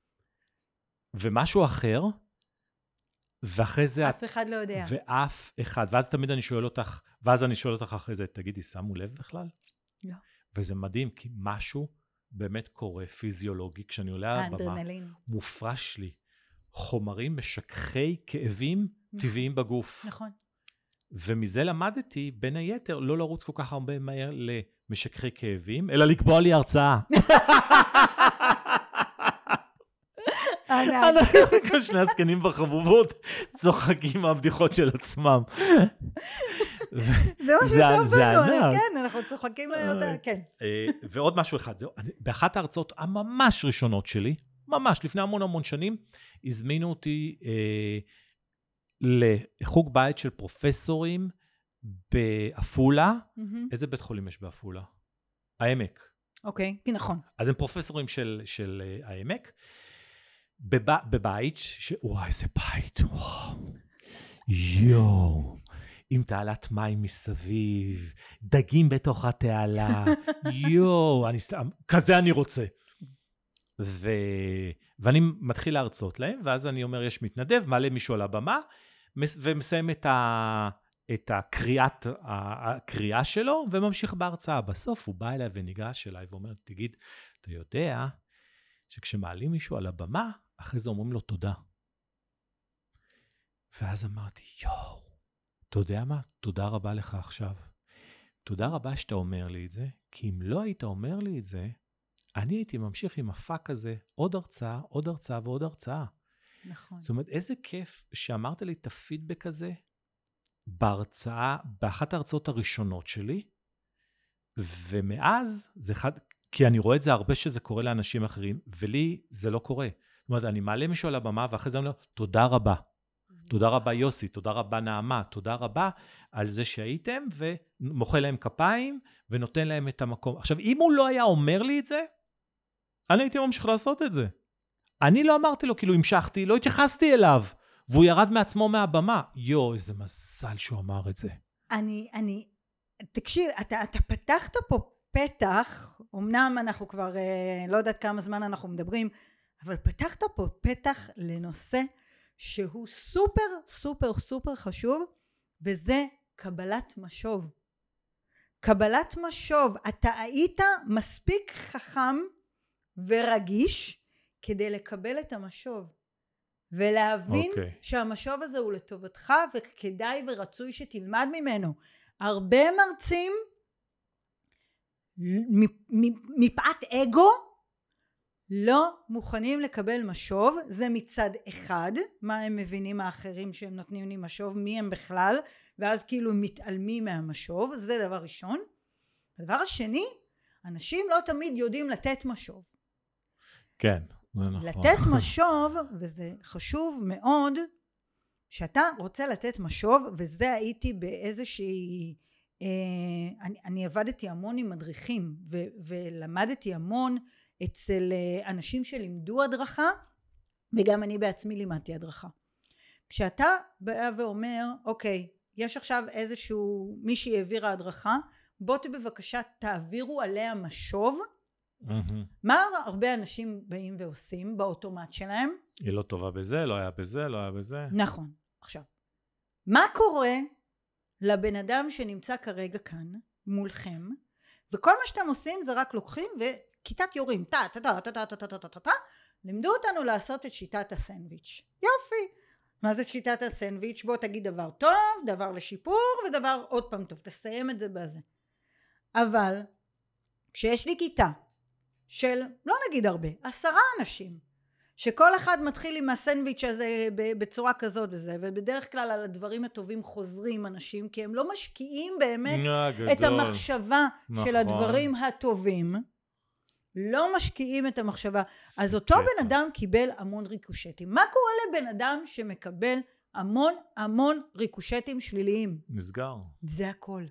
ומשהו אחר, ואחרי זה... אף אחד לא יודע. ואף אחד, ואז תמיד אני שואל אותך, ואז אני שואל אותך אחרי זה, תגידי, שמו לב בכלל? לא. וזה מדהים, כי משהו באמת קורה פיזיולוגי, כשאני עולה על הבמה, מופרש לי חומרים משככי כאבים טבעיים בגוף. נכון. ומזה למדתי, בין היתר, לא לרוץ כל כך הרבה מהר למשככי כאבים, אלא לקבוע לי הרצאה. אנחנו שני הזקנים בחבובות צוחקים מהבדיחות של עצמם. זה משהו טוב לנו, כן, אנחנו צוחקים מהיותר, כן. ועוד משהו אחד, באחת ההרצאות הממש ראשונות שלי, ממש לפני המון המון שנים, הזמינו אותי לחוג בית של פרופסורים באפולה. איזה בית חולים יש באפולה? העמק. אוקיי, כי נכון. אז הם פרופסורים של, של העמק, בב, בבית, ש... וואי, איזה בית, וואו. יואו, עם תעלת מים מסביב, דגים בתוך התעלה, יואו, אני, כזה אני רוצה. ו... ואני מתחיל להרצות להם, ואז אני אומר, יש מתנדב, מעלה מישהו על הבמה, ומסיים את, ה... את הקריאת, הקריאה שלו, וממשיך בהרצאה. בסוף הוא בא אליי וניגש אליי, ואומר, תגיד, אתה יודע שכשמעלים מישהו על הבמה, אחרי זה אומרים לו תודה. ואז אמרתי, יואו, אתה יודע מה? תודה רבה לך עכשיו. תודה רבה שאתה אומר לי את זה, כי אם לא היית אומר לי את זה, אני הייתי ממשיך עם הפאק הזה, עוד הרצאה, עוד הרצאה ועוד הרצאה. נכון. זאת אומרת, איזה כיף שאמרת לי את הפידבק הזה, בהרצאה, באחת ההרצאות הראשונות שלי, ומאז, זה אחד, כי אני רואה את זה הרבה שזה קורה לאנשים אחרים, ולי זה לא קורה. זאת אומרת, אני מעלה מישהו על הבמה, ואחרי זה אני אומר, תודה רבה. תודה רבה יוסי, תודה רבה נעמה, תודה רבה על זה שהייתם, ומוחא להם כפיים, ונותן להם את המקום. עכשיו, אם הוא לא היה אומר לי את זה, אני הייתי ממשיך לעשות את זה. אני לא אמרתי לו, כאילו המשכתי, לא התייחסתי אליו, והוא ירד מעצמו מהבמה. יו, איזה מזל שהוא אמר את זה. אני, אני, תקשיב, אתה, אתה פתחת פה פתח, אמנם אנחנו כבר, אה, לא יודעת כמה זמן אנחנו מדברים, אבל פתחת פה פתח לנושא שהוא סופר, סופר, סופר חשוב, וזה קבלת משוב. קבלת משוב, אתה היית מספיק חכם ורגיש כדי לקבל את המשוב. ולהבין okay. שהמשוב הזה הוא לטובתך, וכדאי ורצוי שתלמד ממנו. הרבה מרצים, מפאת אגו, לא מוכנים לקבל משוב. זה מצד אחד, מה הם מבינים האחרים שהם נותנים לי משוב, מי הם בכלל, ואז כאילו מתעלמים מהמשוב, זה דבר ראשון. הדבר השני, אנשים לא תמיד יודעים לתת משוב. כן. זה נכון. לתת משוב, וזה חשוב מאוד, שאתה רוצה לתת משוב, וזה הייתי באיזושהי, אה, אני, אני עבדתי המון עם מדריכים, ו, ולמדתי המון אצל אנשים שלימדו הדרכה, וגם אני בעצמי לימדתי הדרכה. כשאתה בא ואומר, אוקיי, יש עכשיו איזשהו, מישהי העבירה הדרכה, בוא בבקשה תעבירו עליה משוב, mm-hmm. מה הרבה אנשים באים ועושים באוטומט שלהם? היא לא טובה בזה, לא היה בזה, לא היה בזה. נכון. עכשיו, מה קורה לבן אדם שנמצא כרגע כאן, מולכם, וכל מה שאתם עושים זה רק לוקחים וכיתת יורים, טה, טה, טה, טה, טה, טה, טה, טה, טה, טה, לימדו אותנו לעשות את שיטת הסנדוויץ'. יופי. מה זה שיטת הסנדוויץ'? בוא תגיד דבר טוב, דבר לשיפור, ודבר עוד פעם טוב, תסיים את זה בזה. אבל, כשיש לי כיתה של, לא נגיד הרבה, עשרה אנשים, שכל אחד מתחיל עם הסנדוויץ' הזה בצורה כזאת וזה, ובדרך כלל על הדברים הטובים חוזרים אנשים, כי הם לא משקיעים באמת את המחשבה נכון. של הדברים הטובים, לא משקיעים את המחשבה. אז אותו בן אדם קיבל המון ריקושטים. מה קורה לבן אדם שמקבל המון המון ריקושטים שליליים? נסגר. זה הכל.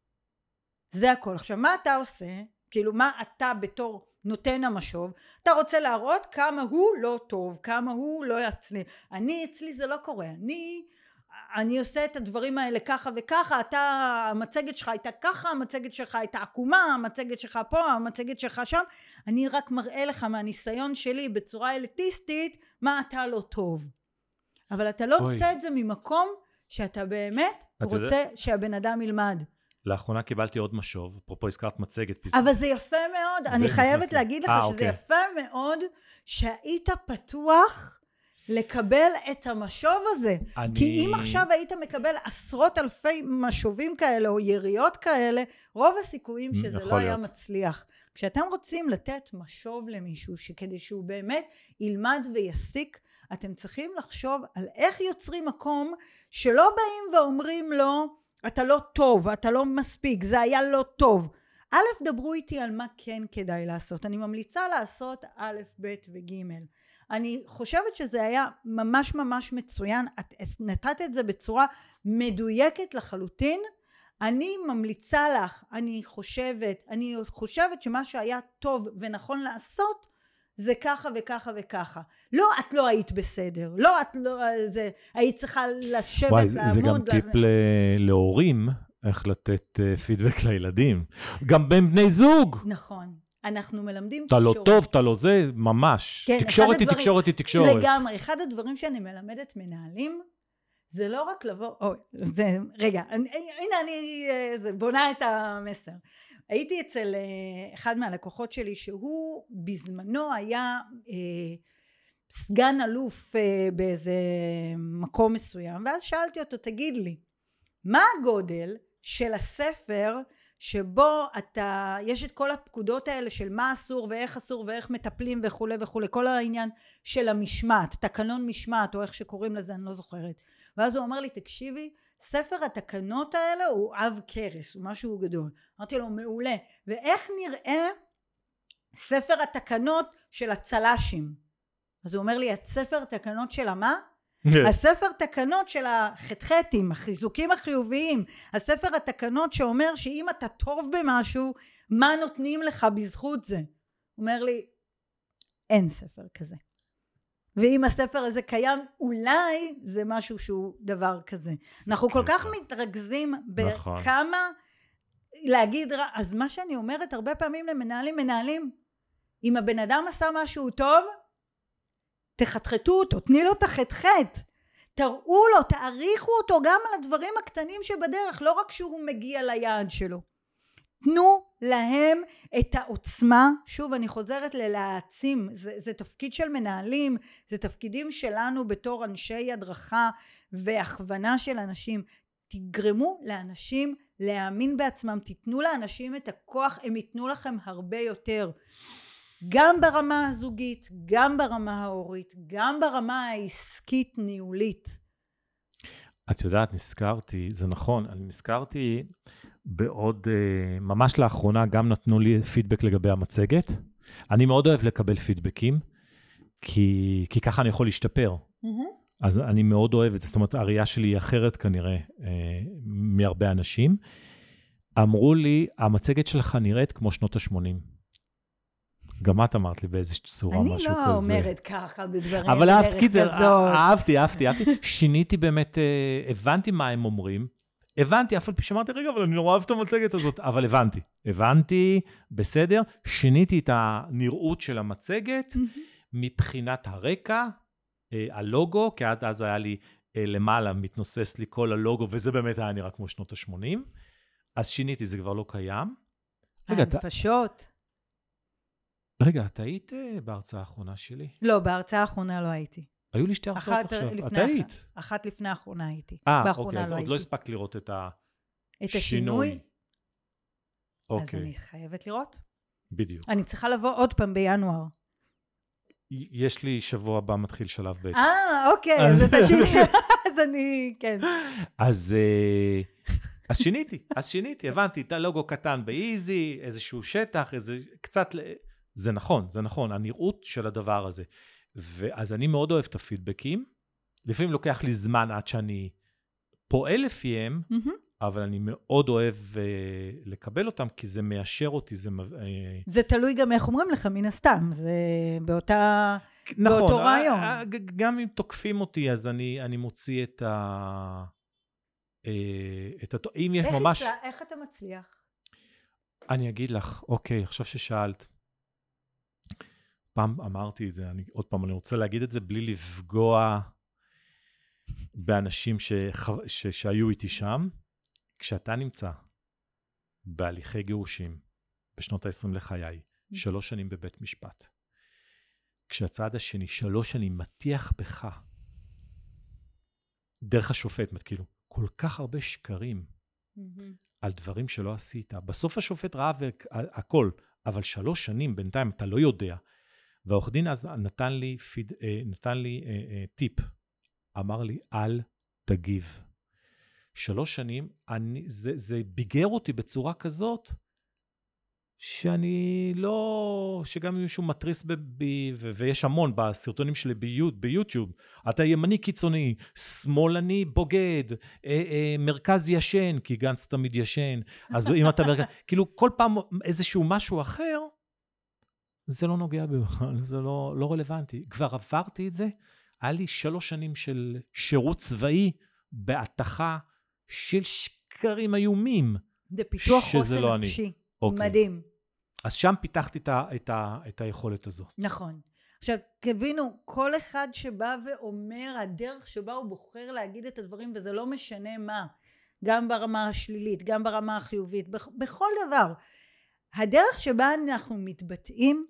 זה הכל. עכשיו, מה אתה עושה? כאילו, מה אתה בתור נותן המשוב? אתה רוצה להראות כמה הוא לא טוב, כמה הוא לא יצליח. אני, אצלי זה לא קורה. אני, אני עושה את הדברים האלה ככה וככה, אתה, המצגת שלך הייתה ככה, המצגת שלך הייתה עקומה, המצגת שלך פה, המצגת שלך שם. אני רק מראה לך מהניסיון שלי בצורה אליטיסטית, מה אתה לא טוב. אבל אתה לא עושה את זה ממקום שאתה באמת רוצה יודע? שהבן אדם ילמד. לאחרונה קיבלתי עוד משוב, אפרופו הזכרת מצגת פתאום. אבל זה יפה מאוד, אני חייבת להגיד לך 아, שזה אוקיי. יפה מאוד, שהיית פתוח לקבל את המשוב הזה. אני... כי אם עכשיו היית מקבל עשרות אלפי משובים כאלה, או יריות כאלה, רוב הסיכויים שזה לא היה מצליח. כשאתם רוצים לתת משוב למישהו, שכדי שהוא באמת ילמד ויסיק, אתם צריכים לחשוב על איך יוצרים מקום, שלא באים ואומרים לו, אתה לא טוב, אתה לא מספיק, זה היה לא טוב. א', דברו איתי על מה כן כדאי לעשות. אני ממליצה לעשות א', ב' וג'. אני חושבת שזה היה ממש ממש מצוין. את נתת את זה בצורה מדויקת לחלוטין. אני ממליצה לך, אני חושבת, אני חושבת שמה שהיה טוב ונכון לעשות, זה ככה וככה וככה. לא, את לא היית בסדר. לא, את לא, זה, היית צריכה לשבת, וואי, לעמוד. זה גם טיפ ל... להורים, איך לתת פידבק לילדים. גם בין בני זוג. נכון. אנחנו מלמדים אתה תקשורת. אתה לא טוב, אתה לא זה, ממש. כן, תקשורת היא תקשורת היא תקשורת. לגמרי. אחד הדברים שאני מלמדת מנהלים, זה לא רק לבוא, או, זה, רגע, אני, הנה אני זה, בונה את המסר. הייתי אצל אחד מהלקוחות שלי, שהוא בזמנו היה אה, סגן אלוף אה, באיזה מקום מסוים, ואז שאלתי אותו, תגיד לי, מה הגודל של הספר שבו אתה, יש את כל הפקודות האלה של מה אסור ואיך אסור ואיך מטפלים וכו' וכו', כל העניין של המשמעת, תקנון משמעת או איך שקוראים לזה, אני לא זוכרת. ואז הוא אמר לי, תקשיבי, ספר התקנות האלה הוא עב כרס, הוא משהו גדול. אמרתי לו, מעולה. ואיך נראה ספר התקנות של הצלשים? אז הוא אומר לי, הספר התקנות של מה? הספר תקנות של החתחתים, החיזוקים החיוביים, הספר התקנות שאומר שאם אתה טוב במשהו, מה נותנים לך בזכות זה? הוא אומר לי, אין ספר כזה. ואם הספר הזה קיים, אולי זה משהו שהוא דבר כזה. אנחנו כל כך מתרכזים בכמה להגיד, אז מה שאני אומרת הרבה פעמים למנהלים, מנהלים, אם הבן אדם עשה משהו טוב, תחתחתו אותו, תני לו את החתחת, תראו לו, תעריכו אותו גם על הדברים הקטנים שבדרך, לא רק שהוא מגיע ליעד שלו. תנו להם את העוצמה, שוב אני חוזרת ללהעצים, זה, זה תפקיד של מנהלים, זה תפקידים שלנו בתור אנשי הדרכה והכוונה של אנשים. תגרמו לאנשים להאמין בעצמם, תיתנו לאנשים את הכוח, הם ייתנו לכם הרבה יותר. גם ברמה הזוגית, גם ברמה ההורית, גם ברמה העסקית ניהולית. את יודעת, נזכרתי, זה נכון, אני נזכרתי בעוד, ממש לאחרונה גם נתנו לי פידבק לגבי המצגת. אני מאוד אוהב לקבל פידבקים, כי, כי ככה אני יכול להשתפר. Mm-hmm. אז אני מאוד אוהב את זה, זאת אומרת, הראייה שלי היא אחרת כנראה אה, מהרבה אנשים. אמרו לי, המצגת שלך נראית כמו שנות ה-שמונים. גם את אמרת לי באיזושהי צורה משהו כזה. אני לא אומרת ככה בדברים, אבל אהבתי, כזאת. אהבתי, אהבתי, אהבתי. שיניתי באמת, אה, הבנתי מה הם אומרים. הבנתי, אף על פי שאמרתי, רגע, אבל אני נורא אוהב את המצגת הזאת. אבל הבנתי, הבנתי, בסדר. שיניתי את הנראות של המצגת, מבחינת הרקע, הלוגו, כי עד אז היה לי למעלה, מתנוסס לי כל הלוגו, וזה באמת היה נראה כמו שנות ה-שמונים. אז שיניתי, זה כבר לא קיים. הנפשות. רגע, את היית בהרצאה האחרונה שלי? לא, בהרצאה האחרונה לא הייתי. היו לי שתי הרצאות עכשיו. את היית? אחת לפני האחרונה הייתי. אה, אוקיי, אז עוד לא הספקת לראות את השינוי. אז אני חייבת לראות. בדיוק. אני צריכה לבוא עוד פעם בינואר. יש לי שבוע הבא מתחיל שלב ב'. אה, אוקיי, אז אתה שיני, אז אני, כן. אז אז שיניתי, אז שיניתי, הבנתי, את הלוגו קטן באיזי, איזשהו שטח, איזה קצת, זה נכון, זה נכון, הנראות של הדבר הזה. ואז אני מאוד אוהב את הפידבקים, לפעמים לוקח לי זמן עד שאני פועל לפיהם, אבל אני מאוד אוהב לקבל אותם, כי זה מיישר אותי, זה... זה תלוי גם איך אומרים לך, מן הסתם, זה באותה, באותו רעיון. גם אם תוקפים אותי, אז אני מוציא את ה... את ה... אם יש ממש... איך אתה מצליח? אני אגיד לך, אוקיי, עכשיו ששאלת, פעם אמרתי את זה, אני, עוד פעם, אני רוצה להגיד את זה בלי לפגוע באנשים שח... ש... שהיו איתי שם. כשאתה נמצא בהליכי גירושים, בשנות ה-עשרים לחיי, שלוש שנים בבית משפט, כשהצד השני, שלוש שנים, מטיח בך, דרך השופט, כאילו, כל כך הרבה שקרים, על דברים שלא עשית. בסוף השופט ראה הכל, אבל שלוש שנים, בינתיים, אתה לא יודע. והעורך דין אז נתן לי, פיד, נתן לי אה, אה, טיפ. אמר לי, אל תגיב. שלוש שנים, אני, זה, זה ביגר אותי בצורה כזאת, שאני לא, שגם מישהו מטריס בי, ו, ויש המון בסרטונים שלי ביוט, ביוטיוב, אתה ימני קיצוני, שמאלני בוגד, אה, אה, מרכז ישן, כי גנץ תמיד ישן, אז אם אתה מרכז, כאילו כל פעם איזשהו משהו אחר, זה לא נוגע בכלל, זה לא, לא רלוונטי. כבר עברתי את זה, היה לי שלוש שנים של שירות צבאי, בהתחה של שקרים איומים. זה פיתוח חוסן נפשי. אוקיי. מדהים. אז שם פיתחתי את, ה, את, ה, את היכולת הזאת. נכון. עכשיו, תבינו, כל אחד שבא ואומר, הדרך שבה הוא בוחר להגיד את הדברים, וזה לא משנה מה, גם ברמה השלילית, גם ברמה החיובית, בכל דבר. הדרך שבה אנחנו מתבטאים,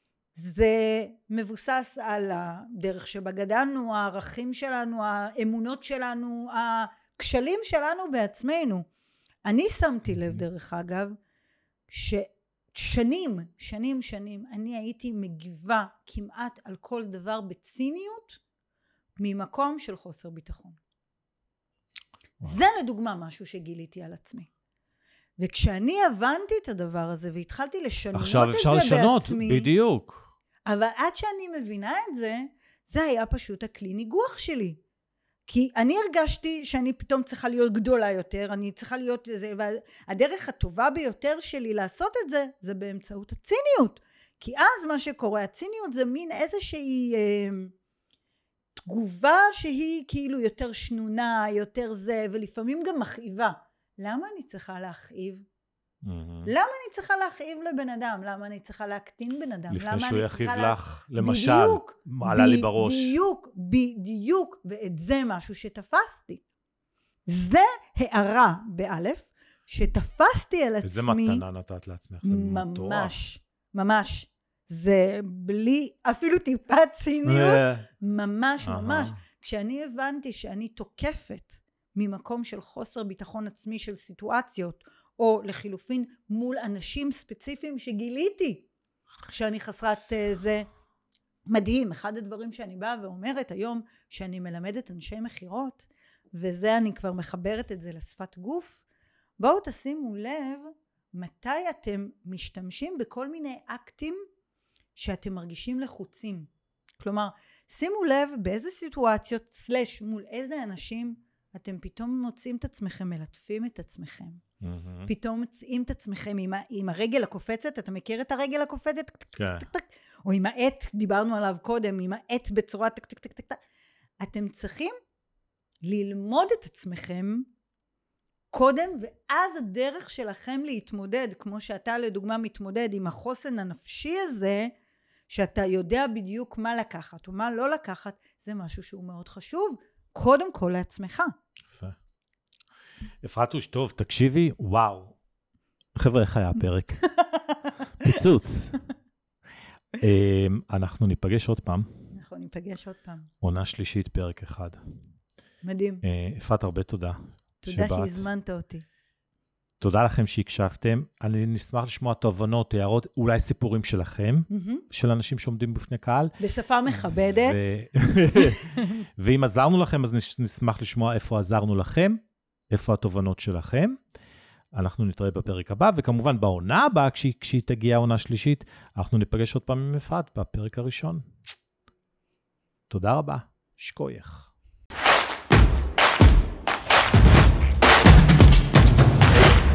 זה מבוסס על הדרך שבה גדלנו, הערכים שלנו, האמונות שלנו, הכשלים שלנו בעצמנו. אני שמתי לב דרך אגב, ששנים, שנים, שנים, אני הייתי מגיבה כמעט על כל דבר בציניות, ממקום של חוסר ביטחון. וואו. זה לדוגמה משהו שגיליתי על עצמי. וכשאני הבנתי את הדבר הזה, והתחלתי לשנות את זה בעצמי, עכשיו אפשר לשנות, בדיוק. אבל עד שאני מבינה את זה, זה היה פשוט הכלי ניגוח שלי. כי אני הרגשתי שאני פתאום צריכה להיות גדולה יותר, אני צריכה להיות, זה, והדרך הטובה ביותר שלי לעשות את זה, זה באמצעות הציניות. כי אז מה שקורה, הציניות זה מין איזושהי אה, תגובה שהיא כאילו יותר שנונה, יותר זה, ולפעמים גם מכאיבה. למה אני צריכה להכאיב? Mm-hmm. למה אני צריכה להכאיב לבן אדם? למה אני צריכה להקטין בן אדם? לפני שהוא יכאיב לה... לך, למשל, בדיוק, מעלה ב- לי בראש. בדיוק, בדיוק, ואת זה משהו שתפסתי. זה הערה באלף, שתפסתי על עצמי. איזה מתנה נתת לעצמך, זה מטורף. ממש, ממש. זה בלי, אפילו טיפת ציניות, ממש, ממש. כשאני הבנתי שאני תוקפת, ממקום של חוסר ביטחון עצמי של סיטואציות, או לחילופין מול אנשים ספציפיים שגיליתי, שאני חסרת זה מדהים. אחד הדברים שאני באה ואומרת היום, שאני מלמדת אנשי מחירות, וזה אני כבר מחברת את זה לשפת גוף, בואו תשימו לב, מתי אתם משתמשים בכל מיני אקטים, שאתם מרגישים לחוצים. כלומר, שימו לב באיזה סיטואציות, סלש, מול איזה אנשים, אתם פתאום מוצאים את עצמכם, מלטפים את עצמכם. Mm-hmm. פתאום מוצאים את עצמכם עם, עם הרגל הקופצת, אתה מכיר את הרגל הקופצת? כן. או עם העט, דיברנו עליו קודם, עם העט בצורה טק טק טק טק טק. אתם צריכים ללמוד את עצמכם קודם, ואז הדרך שלכם להתמודד, כמו שאתה לדוגמה מתמודד עם החוסן הנפשי הזה, שאתה יודע בדיוק מה לקחת ומה לא לקחת, זה משהו שהוא מאוד חשוב, קודם כל לעצמך. יפה. אפרתוש, טוב, תקשיבי, וואו. חבר'ה, איך היה הפרק? פיצוץ. אנחנו ניפגש עוד פעם. אנחנו ניפגש עוד פעם. עונה שלישית, פרק אחד. מדהים. אפרת, הרבה תודה. תודה שהזמנת אותי. תודה לכם שהקשבתם. אני נשמח לשמוע תובנות, הערות, אולי סיפורים שלכם, mm-hmm. של אנשים שעומדים בפני קהל. בשפה מכבדת. ו... ואם עזרנו לכם, אז נשמח לשמוע איפה עזרנו לכם, איפה התובנות שלכם. אנחנו נתראה בפרק הבא, וכמובן בעונה הבאה, כשהיא, כשהיא תגיע העונה שלישית, אנחנו ניפגש עוד פעם עם אפרת בפרק הראשון. תודה רבה. שקוייך.